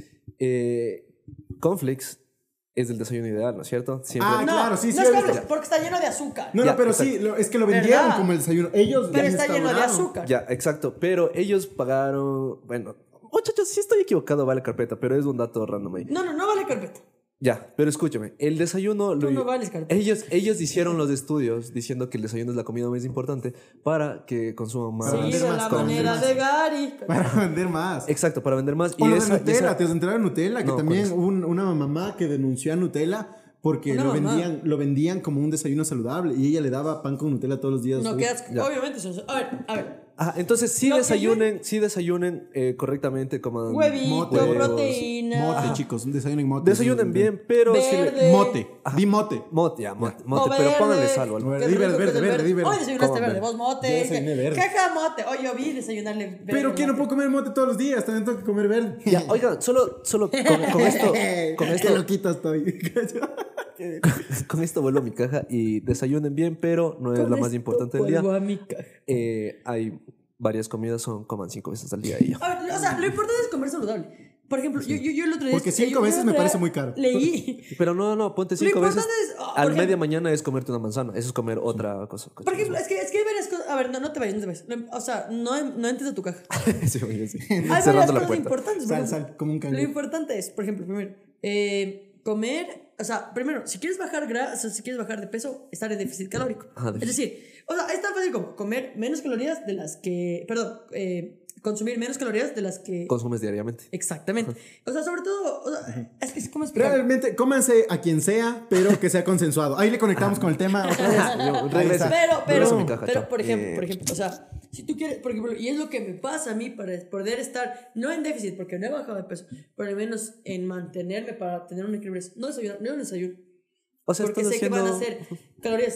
Cornflakes es el desayuno ideal, ¿no es cierto? Siempre. Ah, No, claro, sí, no sí, es he cornflakes, visto. porque está lleno de azúcar. No, Ya, no, pero exacto. sí, es que lo vendieron ¿Verdad? como el desayuno. Ellos Pero ya está lleno de instauraron. azúcar. Ya, exacto, pero ellos pagaron, bueno, muchachos, si estoy equivocado, vale carpeta, pero es un dato random ahí. No vale carpeta. Ya, pero escúchame, el desayuno... Tú no vales carpeta. ellos hicieron los estudios diciendo que el desayuno es la comida más importante para que consuman más... Para Sí, vender de más, la para manera vender de Gary. Para vender más. Exacto, para vender más. O lo de esa- Nutella, te has enterado de Nutella, que No, también ¿cuál hubo una mamá que denunció a Nutella porque Una mamá. lo vendían como un desayuno saludable y ella le daba pan con Nutella todos los días. No Uf. quedas. ya. Obviamente son. A ver. Ah, entonces sí Lo que desayunen correctamente, coman Huevito, Mote. proteína. Mote, chicos, desayunen mote. Desayunen bien, pero sí le- Verde. Mote, di mote. mote, O pero verde. pónganle sal o algo. Verde, Qué di rico verde, que es el verde, di verde. Hoy desayunaste Coman verde, verde. vos mote. Yo desayuné verde. Caja mote. Hoy yo vi desayunarle verde. Pero que no puedo comer mote todos los días, también tengo que comer verde. Ya, oigan, solo con esto, Qué loquito estoy. con esto vuelvo a mi caja y desayunen bien, pero no es la más importante del día. Vuelvo a mi caja. Hay varias comidas, coman 5 veces al día y ya. A ver, o sea, lo importante es comer saludable. Por ejemplo, yo el otro día. Porque 5 yo veces el me otro día parece muy caro. Leí. Pero no, ponte Lo 5 veces. importante es, por Al ejemplo- media mañana es comerte una manzana, eso es comer otra cosa. Por ejemplo, es que hay varias cosas. A ver, no te vayas. O sea, no entres a tu caja. Sí, oye, sí. Hay varias Cerrando la cosas puerta. importantes. por Sal, ejemplo. sal, como un Lo canguro. importante es, por ejemplo, primero, comer, o sea, primero, si quieres bajar grasa, si quieres bajar de peso, estar en déficit calórico. Ajá, Es decir, o sea, es tan fácil como comer menos calorías de las que, perdón, consumir menos calorías de las que... Consumes diariamente. Exactamente. O sea, sobre todo, o sea, es que es como explicar. Realmente, cómanse a quien sea, pero que sea consensuado. Ahí le conectamos con el tema otra vez. Ahí Regresa. está. Regresa a mi caja, chao. Por ejemplo, o sea, si tú quieres, por ejemplo, y es lo que me pasa a mí para poder estar, no en déficit, porque no he bajado de peso, pero al menos en mantenerme para tener un equilibrio, no desayunar, no desayuno. O sea, Porque estás sé que van a haciendo... ser calorías.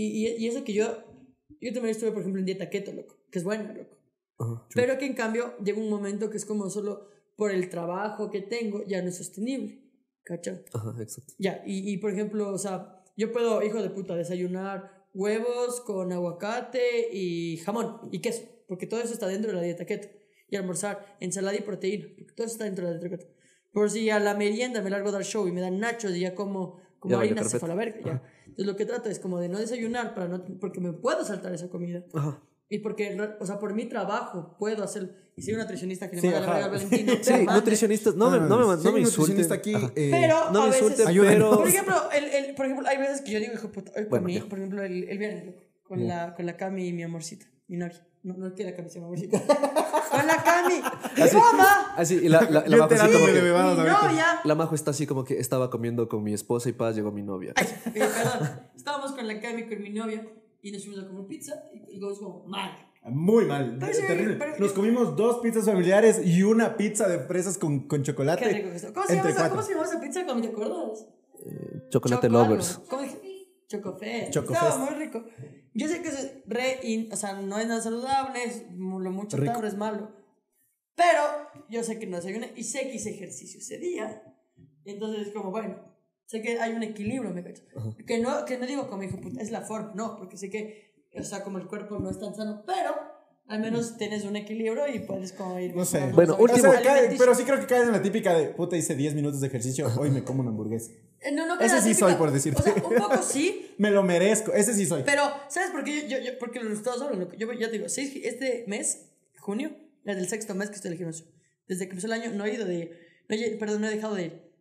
Y eso que yo también estuve, por ejemplo, en dieta keto, loco, que es buena, loco. Ajá. Pero que en cambio llega un momento que es como solo por el trabajo que tengo, ya no es sostenible. ¿Cachai? Ajá, exacto. Ya, y por ejemplo, o sea, yo puedo, hijo de puta, desayunar huevos con aguacate y jamón y queso, porque todo eso está dentro de la dieta keto. Y almorzar ensalada y proteína, porque todo eso está dentro de la dieta keto. Por si a la merienda me largo a dar show y me dan nachos y ya como Ya valió harina se carpeta. fue a la verga. Ya. Entonces lo que trato es como de no desayunar para no, porque me puedo saltar esa comida. Ajá. Y porque, o sea, por mi trabajo puedo hacerlo. Y soy una nutricionista que le Sí, manda la ajá. verga al Valentino. Sí, nutricionistas, no me Sí, un insulten. nutricionista aquí. Ajá. Pero No a me veces, insulten, Ayúdenos. pero... por ejemplo, hay veces que yo digo, hijo de puta, hoy Bueno, comí, ya. por ejemplo, el viernes, loco, con la Cami y mi amorcita, mi novia. No es que la Cami sea mi amorcita. Con la Cami. Así, ¡Toma! así, y la Yo Majo así como enterándome de que... bebadas Mi ahorita. novia. La Majo está así como que estaba comiendo con mi esposa y paz llegó mi novia. Perdón. Estábamos con la Cami, con mi novia, y nos fuimos a comer pizza, y luego es como, mal. Muy mal, Pero sí, terrible. pero- Nos comimos 2 pizzas familiares y una pizza de fresas con chocolate. Qué rico que está. ¿Cómo se Entre llama cuatro. esa pizza, Cami? ¿Te acuerdas? Chocolate Choco algo. lovers. ¿Cómo dije? Chocofest. Chocofest. Estaba muy rico. Yo sé que es o sea, no es nada saludable, lo mucho Rico. tarde es malo. Pero yo sé que no desayuné y sé que hice ejercicio ese día. Entonces es como, bueno, sé que hay un equilibrio, me cacho. Que no digo como hijo puta, es la forma, no, porque sé que, o sea, como el cuerpo no es tan sano, pero al menos tienes un equilibrio y puedes como ir. No sé. mejorando Bueno, los hábitos último- O sea, alimenticios. pero sí creo que caes en la típica de puta, hice 10 minutos de ejercicio, hoy me como una hamburguesa. No, Ese la sí típica- soy, por decirte. O sea, un poco sí, Me lo merezco, ese sí soy. pero, ¿sabes por qué? Porque los resultados hablan. Yo ya te digo, este mes, junio, es el 6º mes que estoy en el gimnasio. Desde que empezó el año no he ido de ir. No he dejado de ir.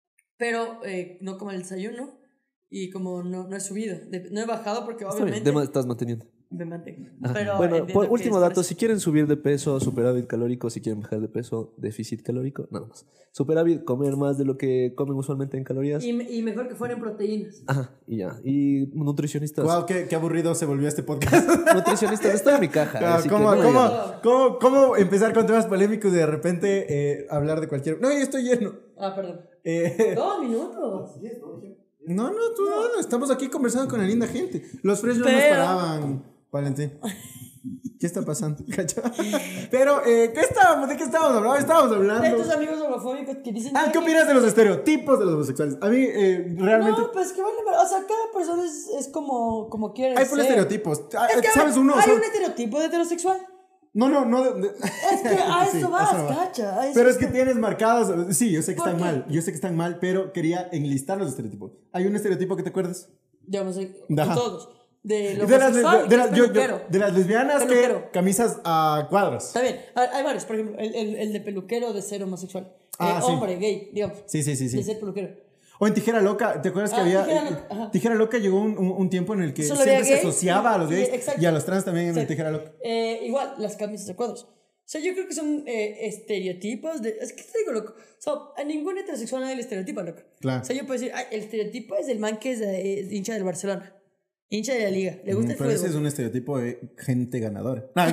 Pero no como el desayuno y como no he subido. No he bajado porque Está bien, obviamente... estás manteniendo. me mantengo. Ajá. Pero Bueno, entiendo por que último es por dato, eso. si quieren subir de peso, superávit calórico, si quieren bajar de peso, déficit calórico, nada más. Superávit, comer más de lo que comen usualmente en calorías. Y mejor que fueran proteínas. Ajá, y ya. Y nutricionistas. Wow, qué aburrido se volvió este podcast. Nutricionistas, estoy en mi caja. Claro, así ¿cómo, que no cómo, digan. cómo empezar con temas polémicos y de repente hablar de cualquier... No, yo estoy lleno. Ah, perdón. Eh, 2 minutos. no, estamos aquí conversando con la linda gente. Los fresh no nos Pero- paraban, Valentín. ¿Qué está pasando? ¿Cacha? Pero, ¿de qué estábamos hablando? Estábamos De hablando... tus amigos homofóbicos que dicen. ¿Qué opinas de los estereotipos de los homosexuales? A mí, realmente... No, pues que vale. O sea, cada persona es como quiere Hay ser. full estereotipos. Es que ¿Sabes uno? hay un estereotipo de heterosexual. No. Es que a Sí, eso vas, cacha. a eso Pero es que vas. tienes marcados. Sí, yo sé que ¿Por están qué? mal. Yo sé que están mal, pero quería enlistar los estereotipos. ¿Hay un estereotipo que te acuerdas? Digamos, de Ajá. todos. De lo De las, homosexual, de que es las- yo- peluquero. de las lesbianas que Peluquero. camisas a cuadros. Está bien, hay varios. Por ejemplo, el de peluquero de ser homosexual. Ah, sí. Hombre, gay, digamos. Sí. De ser peluquero. O en Tijera Loca, ¿te acuerdas que Ah, había... Tijera Loca, ajá. Tijera Loca llegó un tiempo en el que Solo siempre había se gays, asociaba a los sí, gays exacto. y a los trans también en el Exacto. Tijera Loca. Igual, las camisas de cuadros. O sea, yo creo que son estereotipos de... Es que te digo, loco. O sea, a ningún heterosexual hay el estereotipo, loco. Claro. O sea, yo puedo decir, ay, el estereotipo es del man que es hincha del Barcelona. Hincha de la liga. Le gusta el Pero ese fútbol. es un estereotipo de gente ganadora. No,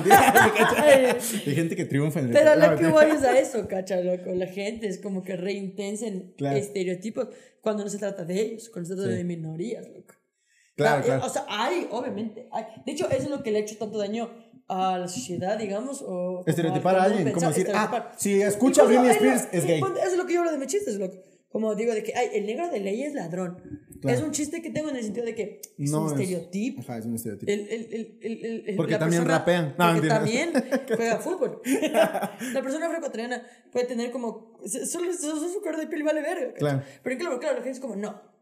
de gente que triunfa en el Pero deporte. lo que voy es a eso, cacha, loco. La gente es como que re intensa en Claro. estereotipos cuando no se trata de ellos, cuando se trata Sí. de minorías, loco. Claro, claro. O sea, hay, obviamente. Hay. De hecho, eso es lo que le ha hecho tanto daño a la sociedad, digamos. O como Estereotipar a al alguien, como decir, estereotipar. si escucha a Incluso, Britney Spears, es gay. Eso es lo que yo hablo de mis chistes, loco. Como digo, de que ay, el negro de ley es ladrón. Claro. Es un chiste que tengo en el sentido de que es No un es- estereotipo. Ajá, es un estereotipo. Porque Porque también rapean. No, Porque mentira. también juega fútbol. La persona afroecuatoriana puede tener como. Solo su color de piel y vale verga. ¿cachai? Claro. Pero claro, la gente es como, no.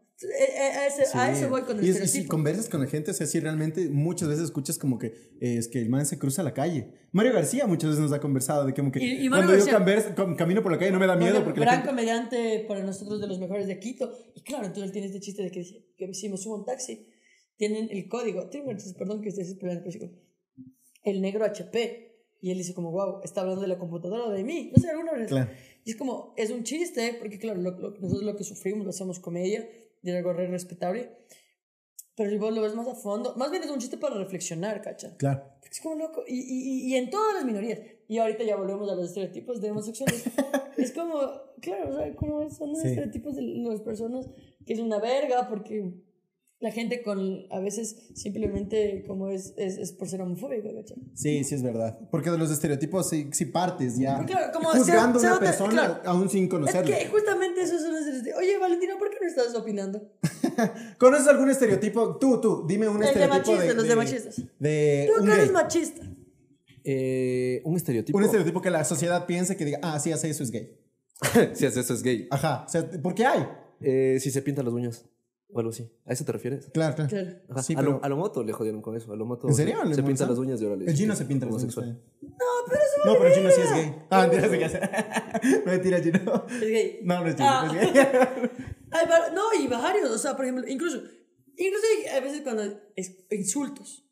A eso voy con el Y si estereotipo. conversas con la gente, o sea, si realmente muchas veces escuchas como que es que el man se cruza la calle. Mario García muchas veces nos ha conversado de como que Y Mario cuando yo García- camino por la calle no me da miedo porque la gran gente... comediante para nosotros de los mejores de Quito. Y claro, entonces él tiene este chiste de que dice que si me subo a un taxi, tienen el código. Perdón que estés esperando, pero digo, el negro HP. Y él dice como, wow, está hablando de la computadora o de mí. No sé, alguna vez. Claro. Y es como, es un chiste, porque claro, nosotros lo que sufrimos lo hacemos comedia, de algo re respetable. Pero si vos lo ves más a fondo, más bien es un chiste para reflexionar, ¿cacha? Claro. Es como loco. Y en todas las minorías. Y ahorita ya volvemos a los estereotipos de homosexuales. Es como, claro, o sea, como son los Sí. estereotipos de las personas que es una verga porque la gente a veces simplemente como es por ser homofóbico, ¿cachai? Sí, es verdad. Porque de los estereotipos sí partes ya Porque, claro, como juzgando a se una nota- persona claro. aún sin Es conocerla. que justamente eso son los estereotipos. Oye, Valentina, ¿por qué no estás opinando? ¿Conoces algún estereotipo? Tú, dime un El de estereotipo machistas, los de machistas. de Tú un que eres gay. machista. Un estereotipo. Un estereotipo que la sociedad piense que diga, sí hace eso es gay. Si haces eso es gay. Ajá, o sea, ¿por qué hay? Si se pintan las uñas. O algo así. ¿A eso te refieres? Claro. Claro. Ajá. Sí, a, pero- a lo moto le jodieron con eso. A lo moto ¿En serio? Se pinta las uñas y ahora le El Gino dicen se pinta las uñas. homosexual. No, pero el Gino sí es gay. Mentira, se casa. No, mentira, Gino. Es gay. No es Gino, es gay. No, y varios, o sea, por ejemplo, incluso hay a veces cuando insultos.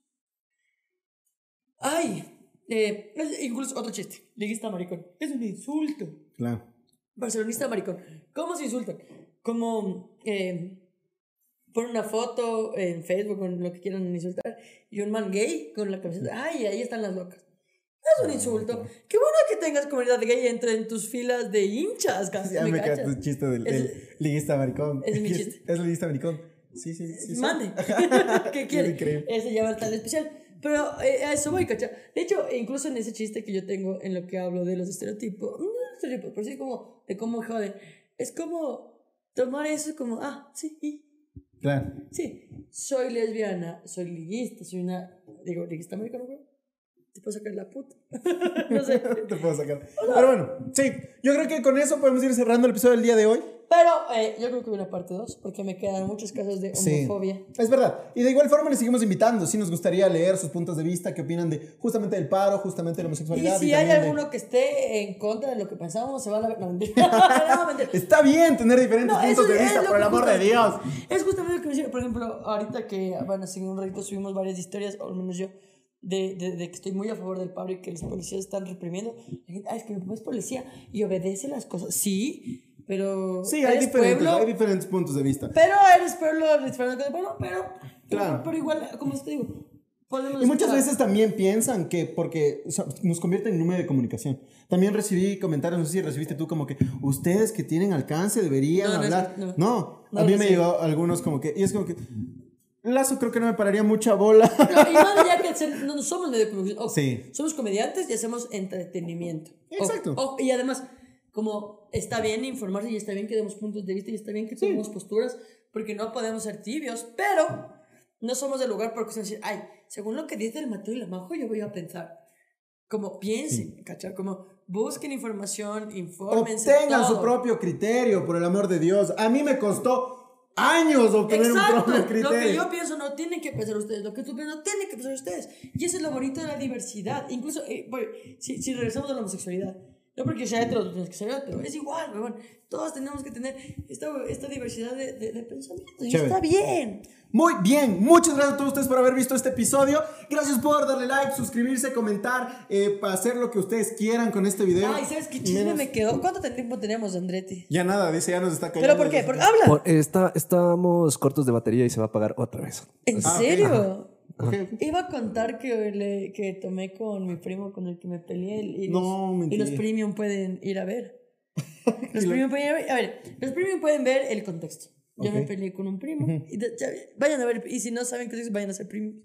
Incluso otro chiste, liguista maricón. Es un insulto. Claro. Barcelonista maricón. ¿Cómo se insultan? Como ponen una foto en Facebook con lo que quieran insultar y un man gay con la camiseta. Ay, ahí están las locas. Es un insulto. Qué bueno que tengas comunidad gay entre en tus filas de hinchas, casi. Ya me cachas? queda tu chiste del Es- liguista maricón. es mi chiste. Es liguista maricón. Sí. Mande. ¿Qué quiere? increíble. Ese llama tal especial. Pero a eso voy, ¿cachai? De hecho, incluso en ese chiste que yo tengo en lo que hablo de los estereotipos, no estereotipos, pero sí como de cómo jode, es como tomar eso como, Claro. sí, soy lesbiana, soy liguista, liguista americano, bro. Te puedo sacar la puta. No sé. Te puedo sacar. Pero bueno, sí. Yo creo que con eso podemos ir cerrando el episodio del día de hoy. Pero yo creo que hubo una parte 2, porque me quedan muchos casos de Sí, homofobia. es verdad. Y de igual forma les seguimos invitando. Sí nos gustaría leer sus puntos de vista, qué opinan de justamente del paro, justamente de la Y homosexualidad. si hay también de- alguno que esté en contra de lo que pensamos, se va a la... No, mentira. No, mentira. Está bien tener diferentes No, puntos eso de es vista, lo por el que amor de justamente- Dios. Es justamente lo que me decía, por ejemplo, ahorita que, bueno, hace un ratito subimos varias historias, o al menos yo, de que estoy muy a favor del paro y que los policías están reprimiendo. La gente, es que mi papá es policía y obedece las cosas. Sí, pero... Sí, hay diferentes puntos de vista. Pero eres pueblo, pero igual, como te digo... Y muchas veces también piensan que porque nos convierten en un medio de comunicación. También recibí comentarios, no sé si recibiste tú, como que ustedes que tienen alcance deberían hablar. No, a mí me llegó algunos como que, y es como que Lazo creo que no me pararía mucha bola. No, y más allá que no somos medio de comunicación. Sí. Somos comediantes y hacemos entretenimiento. Exacto. Y además, como está bien informarse y está bien que demos puntos de vista y está bien que tomemos posturas, porque no podemos ser tibios, pero no somos del lugar porque decir, ay, según lo que dice el Mateo y la Majo, yo voy a pensar. Como piensen, ¿cachai? Como busquen información, infórmense. Obtengan su propio criterio, por el amor de Dios. A mí me costó años obtener un propio criterio. Lo que yo pienso no tienen que pensar ustedes, lo que tú piensas no tienen que pensar ustedes. Y eso es lo bonito de la diversidad. Incluso, si regresamos a la homosexualidad, no porque sea hetero tú tienes que ser hetero, es igual, weón. Todos tenemos que tener esta diversidad de pensamientos. Y está bien. Muy bien, muchas gracias a todos ustedes por haber visto este episodio. Gracias por darle like, suscribirse, comentar, para hacer lo que ustedes quieran con este video. Ay, ¿sabes qué chisme me quedó? ¿Cuánto tiempo teníamos, Andretti? Ya nada, dice, ya nos está cayendo. ¿Pero por qué? Porque habla. Estamos cortos de batería y se va a apagar otra vez. ¿En serio? Okay. Iba a contar que tomé con mi primo con el que me peleé y los premium pueden ir a ver. Los premium pueden ir a ver. A ver, los premium pueden ver el contexto. Yo me peleé con un primo. Vayan a ver. Y si no saben qué es, vayan a ser primos.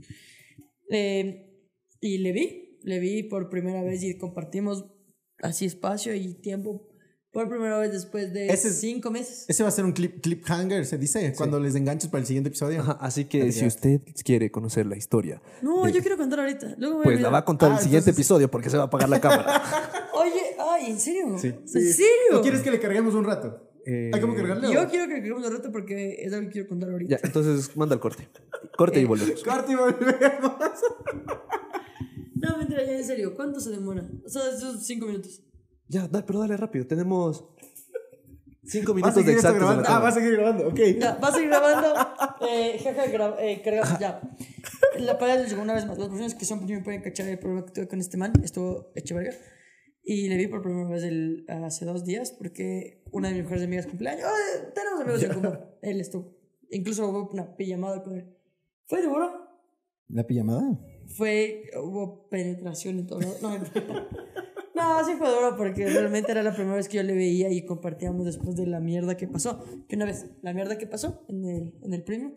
Y le vi por primera vez y compartimos así espacio y tiempo por primera vez después de 5 meses. Ese va a ser un cliffhanger, se dice, cuando les enganches para el siguiente episodio. Ajá, así que si usted quiere conocer la historia... No, yo quiero contar ahorita. Luego pues la va a contar el siguiente episodio porque se va a apagar la cámara. Oye, ¿en serio? Sí. ¿En serio? ¿O quieres que le carguemos un rato? ¿Hay como cargarle? Yo quiero que carguemos un rato porque es algo que quiero contar ahorita. Ya, entonces manda el corte. Corte y volvemos. Corte y volvemos. No, mentira, ya en serio. ¿Cuánto se demora? O sea, esos 5 minutos. Ya, pero dale rápido. Tenemos 5 minutos de exactos. Va a seguir grabando, ok. Ya, va a seguir grabando. Cargamos ya. La pareja les llegó una vez más. Las personas que son premium pueden cachar el problema que tuve con este man. Estuvo hecho verga. Y le vi por primera vez hace 2 días porque una de mis mejores amigas cumpleaños. Tenemos amigos en común. Él estuvo. Incluso hubo una pijamada con él. ¿Fue duro? ¿La pijamada? Hubo penetración en todo lado. No, sí fue duro porque realmente era la primera vez que yo le veía y compartíamos después de la mierda que pasó. Que una vez, la mierda que pasó en el premio.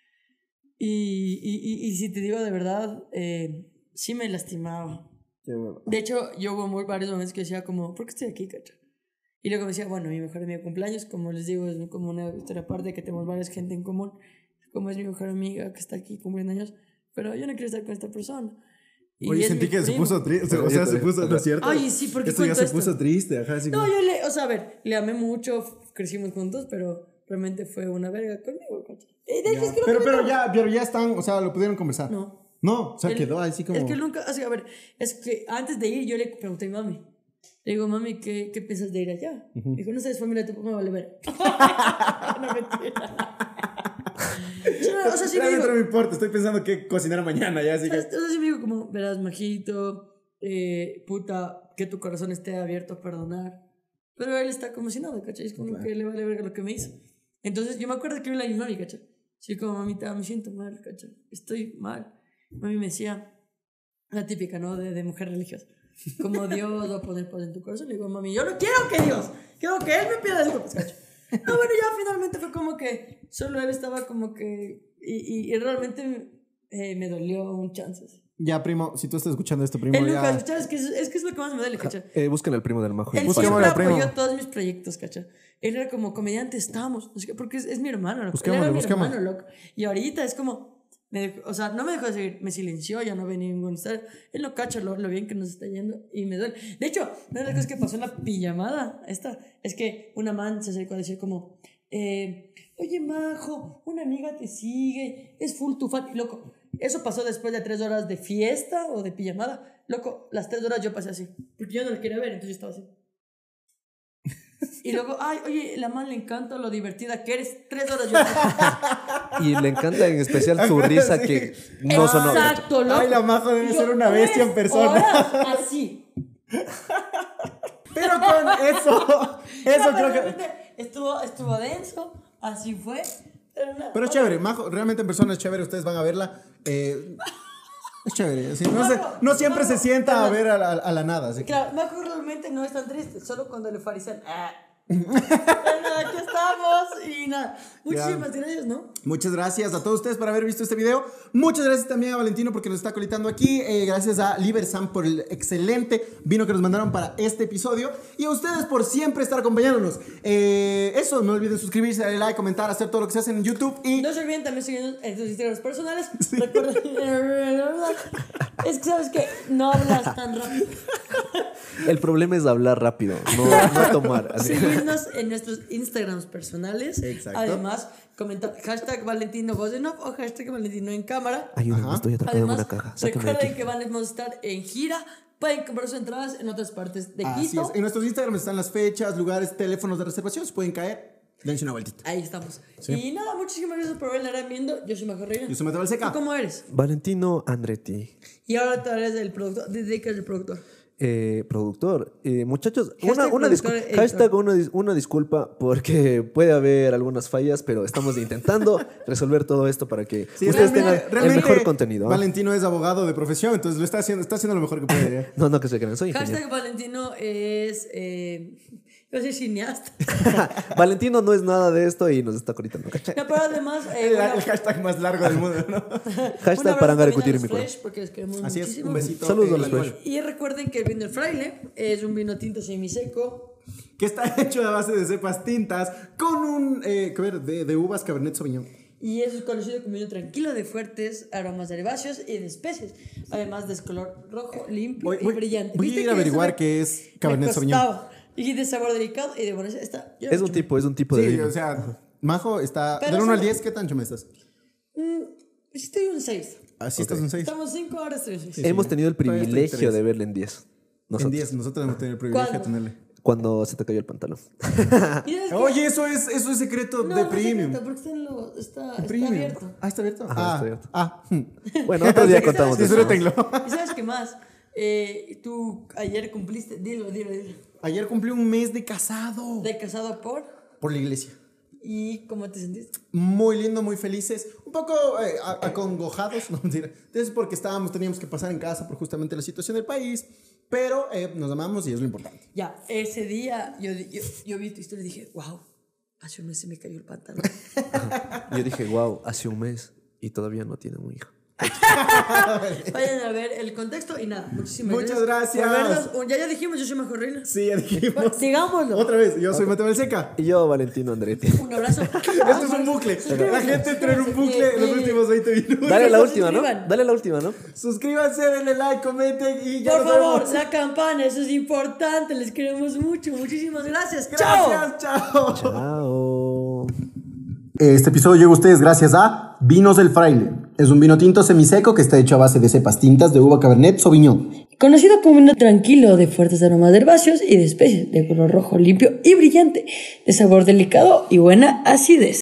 Y si te digo de verdad, sí me lastimaba. De hecho, yo hubo varios momentos que decía como, ¿por qué estoy aquí, cacho? Y luego me decía, bueno, mi mejor amiga de cumpleaños, como les digo, es como una historia aparte que tenemos varias gente en común, como es mi mejor amiga que está aquí cumpliendo años, pero yo no quiero estar con esta persona. Y oye, sentí que se puso triste, o sea, se puso, ¿no es cierto? Ay, sí, porque esto ya se puso triste, ajá. Así no, o sea, a ver, le amé mucho, crecimos juntos, pero realmente fue una verga conmigo, cacho. Pero ya están, o sea, lo pudieron conversar. No, o sea, quedó así como... Es que nunca, así, a ver, es que antes de ir yo le pregunté a mi mami. Le digo, mami, ¿qué piensas de ir allá? Dijo, no sabes, familia de tu papá me vale ver. No, mentira. O sea, sí me dijo... No me importa, estoy pensando qué cocinar mañana ya, así que... O sea, sí me dijo como, verás, majito, puta, que tu corazón esté abierto a perdonar. Pero él está como si nada, ¿cachai? Es como que le vale ver lo que me hizo. Entonces, yo me acuerdo que yo le dije a mi mami, ¿cachai? Sí, como, mamita, me siento mal, ¿cachai? Estoy mal. Mami me decía, la típica, ¿no? De mujer religiosa. Como Dios va a poner paz en tu corazón. Le digo, mami, yo no quiero que Dios, quiero que Él me pida disculpas, cacho. No, bueno, ya finalmente fue como que solo Él estaba como que... Y realmente me dolió un chance. Ya, primo, si tú estás escuchando esto, primo, él nunca ya... escuchado, es que es lo que más me duele, cacho. Busquen al primo del Majo. Él siempre apoyó todos mis proyectos, cacho. Él era como comediante, estamos. Porque es mi hermano, loco. Él era mi hermano, loco. Y ahorita es como... o sea, no me dejó de seguir, me silenció, ya no venía ningún estar. Él no cacha lo bien que nos está yendo y me duele. De hecho, una de las cosas que pasó en la pijamada es que una man se acercó a decir como, oye, Majo, una amiga te sigue, es full tu fan. Y loco, eso pasó después de 3 horas de fiesta o de pijamada. Loco, las 3 horas yo pasé así, porque yo no la quería ver, entonces yo estaba así. Y luego, ay, oye, la man le encanta lo divertida que eres. 3 horas yo. Y le encanta en especial tu risa que no sonó. Exacto, loco. Ay, la Majo debe ser una bestia en 3 persona. horas así. Pero con eso No, creo pero que... realmente estuvo denso, así fue. Pero nada. Pero es chévere, Majo, realmente en persona es chévere, ustedes van a verla. Es chévere, así, no siempre se sienta a ver a la nada. Así que... Claro, Majo realmente no es tan triste, solo cuando le farisean. Pero nada, aquí estamos y nada. Muchísimas gracias, ¿no? Muchas gracias a todos ustedes por haber visto este video. Muchas gracias también a Valentino porque nos está colitando aquí. Gracias a Libersam por el excelente vino que nos mandaron para este episodio. Y a ustedes por siempre estar acompañándonos. Eso, no olviden suscribirse, darle like, comentar, hacer todo lo que se hace en YouTube. Y No se olviden también seguirnos en sus Instagrams personales. Recuerden. Es que sabes que no hablas tan rápido. El problema es hablar rápido, no tomar. Así. Seguirnos en nuestros Instagrams personales. Exacto. Además, comentar #Valentino Voz en Off o #Valentino en cámara. Ayúdenme, estoy atrapado en Además, una caja. Sáquenme de recuerden aquí. que vamos a estar en gira. Pueden comprar sus entradas en otras partes de así Quito. es. En nuestros Instagram están las fechas, lugares, teléfonos de reservación. Pueden caer, dense una vueltita. Ahí estamos. Sí. Y nada, muchísimas gracias por verla viendo. Yo soy Majo Reina. Yo soy Mateo Valseca. ¿Tú cómo eres? Valentino Andretti. Y ahora tú eres el productor. ¿Desde qué es el productor? Productor. Muchachos, Hashtag una productor, editor. hashtag una disculpa porque puede haber algunas fallas, pero estamos intentando resolver todo esto para que Sí, ustedes realmente- tengan el mejor contenido. ¿Ah? Valentino es abogado de profesión, entonces lo está haciendo lo mejor que puede. No que se crean, soy ingeniero. Valentino es. Yo soy cineasta. Valentino no es nada de esto y nos está cortando. ¿cachai? No, pero además. El hashtag más largo del mundo, ¿no? Hashtag para discutir mi Fresh porque les queremos Así es, muchísimo. un besito. Saludos a los igual. Fresh. Y recuerden que el vino del fraile es un vino tinto semiseco. Que está hecho a base de cepas tintas con un de uvas Cabernet Sauvignon. Y es conocido como vino tranquilo de fuertes aromas herbáceos y de especies. Además de color rojo, limpio y brillante. Voy a ¿Viste ir a que averiguar eso qué es me Cabernet Sauvignon. costaba? Y de sabor delicado y de buena está. Es un tipo de Sí, vino. o sea, Majo está Pero del 1 al solo- 10, ¿qué tan chome estás? Estoy un 6. Así estás un 6. Estamos 5 horas, estoy un 6. Hemos tenido el Todavía estoy privilegio tres. de verle en 10. En Nosotros. 10, nosotros hemos tenido el privilegio de ¿Cuándo? tenerle. Cuando se te cayó el pantalón. Oye, eso es secreto no, de no premium. secreto, porque está Premium. abierto. Ah, está abierto. Ajá, está abierto. Hmm. Bueno, otro día contamos eso. Disfrútenlo. ¿Y sabes qué más? Tú ayer cumpliste, dilo. Ayer cumplí un mes de casado. De casado Por la iglesia. ¿Y cómo te sentiste? Muy lindo, muy felices. Un poco acongojados, no mentira. Entonces, porque teníamos que pasar en casa por justamente la situación del país. Pero nos amamos y es lo importante. Ya, ese día yo vi tu historia y dije, wow, hace un mes se me cayó el pantalón. Yo dije, wow, hace un mes y todavía no tiene un hijo. Vayan a ver el contexto y nada, muchísimas Muchas gracias. por vernos. Ya dijimos, yo soy Majo Reina. Sí, ya dijimos. Sigámoslo. Otra vez, yo soy Mateo Valseca. Y yo, Valentino Andretti. Un abrazo. Esto es un bucle. La gente entra en un bucle los últimos 20 minutos. Dale la se última, ¿no? suscriban. Dale la última, ¿no? Suscríbanse, denle like, comenten y ya Por nos favor, vemos. la campana, eso es importante. Les queremos mucho. Muchísimas gracias. ¡Chao! Gracias, chao. Chao. Este episodio llega a ustedes gracias a Vinos del Fraile. Es un vino tinto semiseco que está hecho a base de cepas tintas de uva Cabernet Sauvignon. Conocido como vino tranquilo, de fuertes aromas herbáceos y de especies, de color rojo limpio y brillante, de sabor delicado y buena acidez.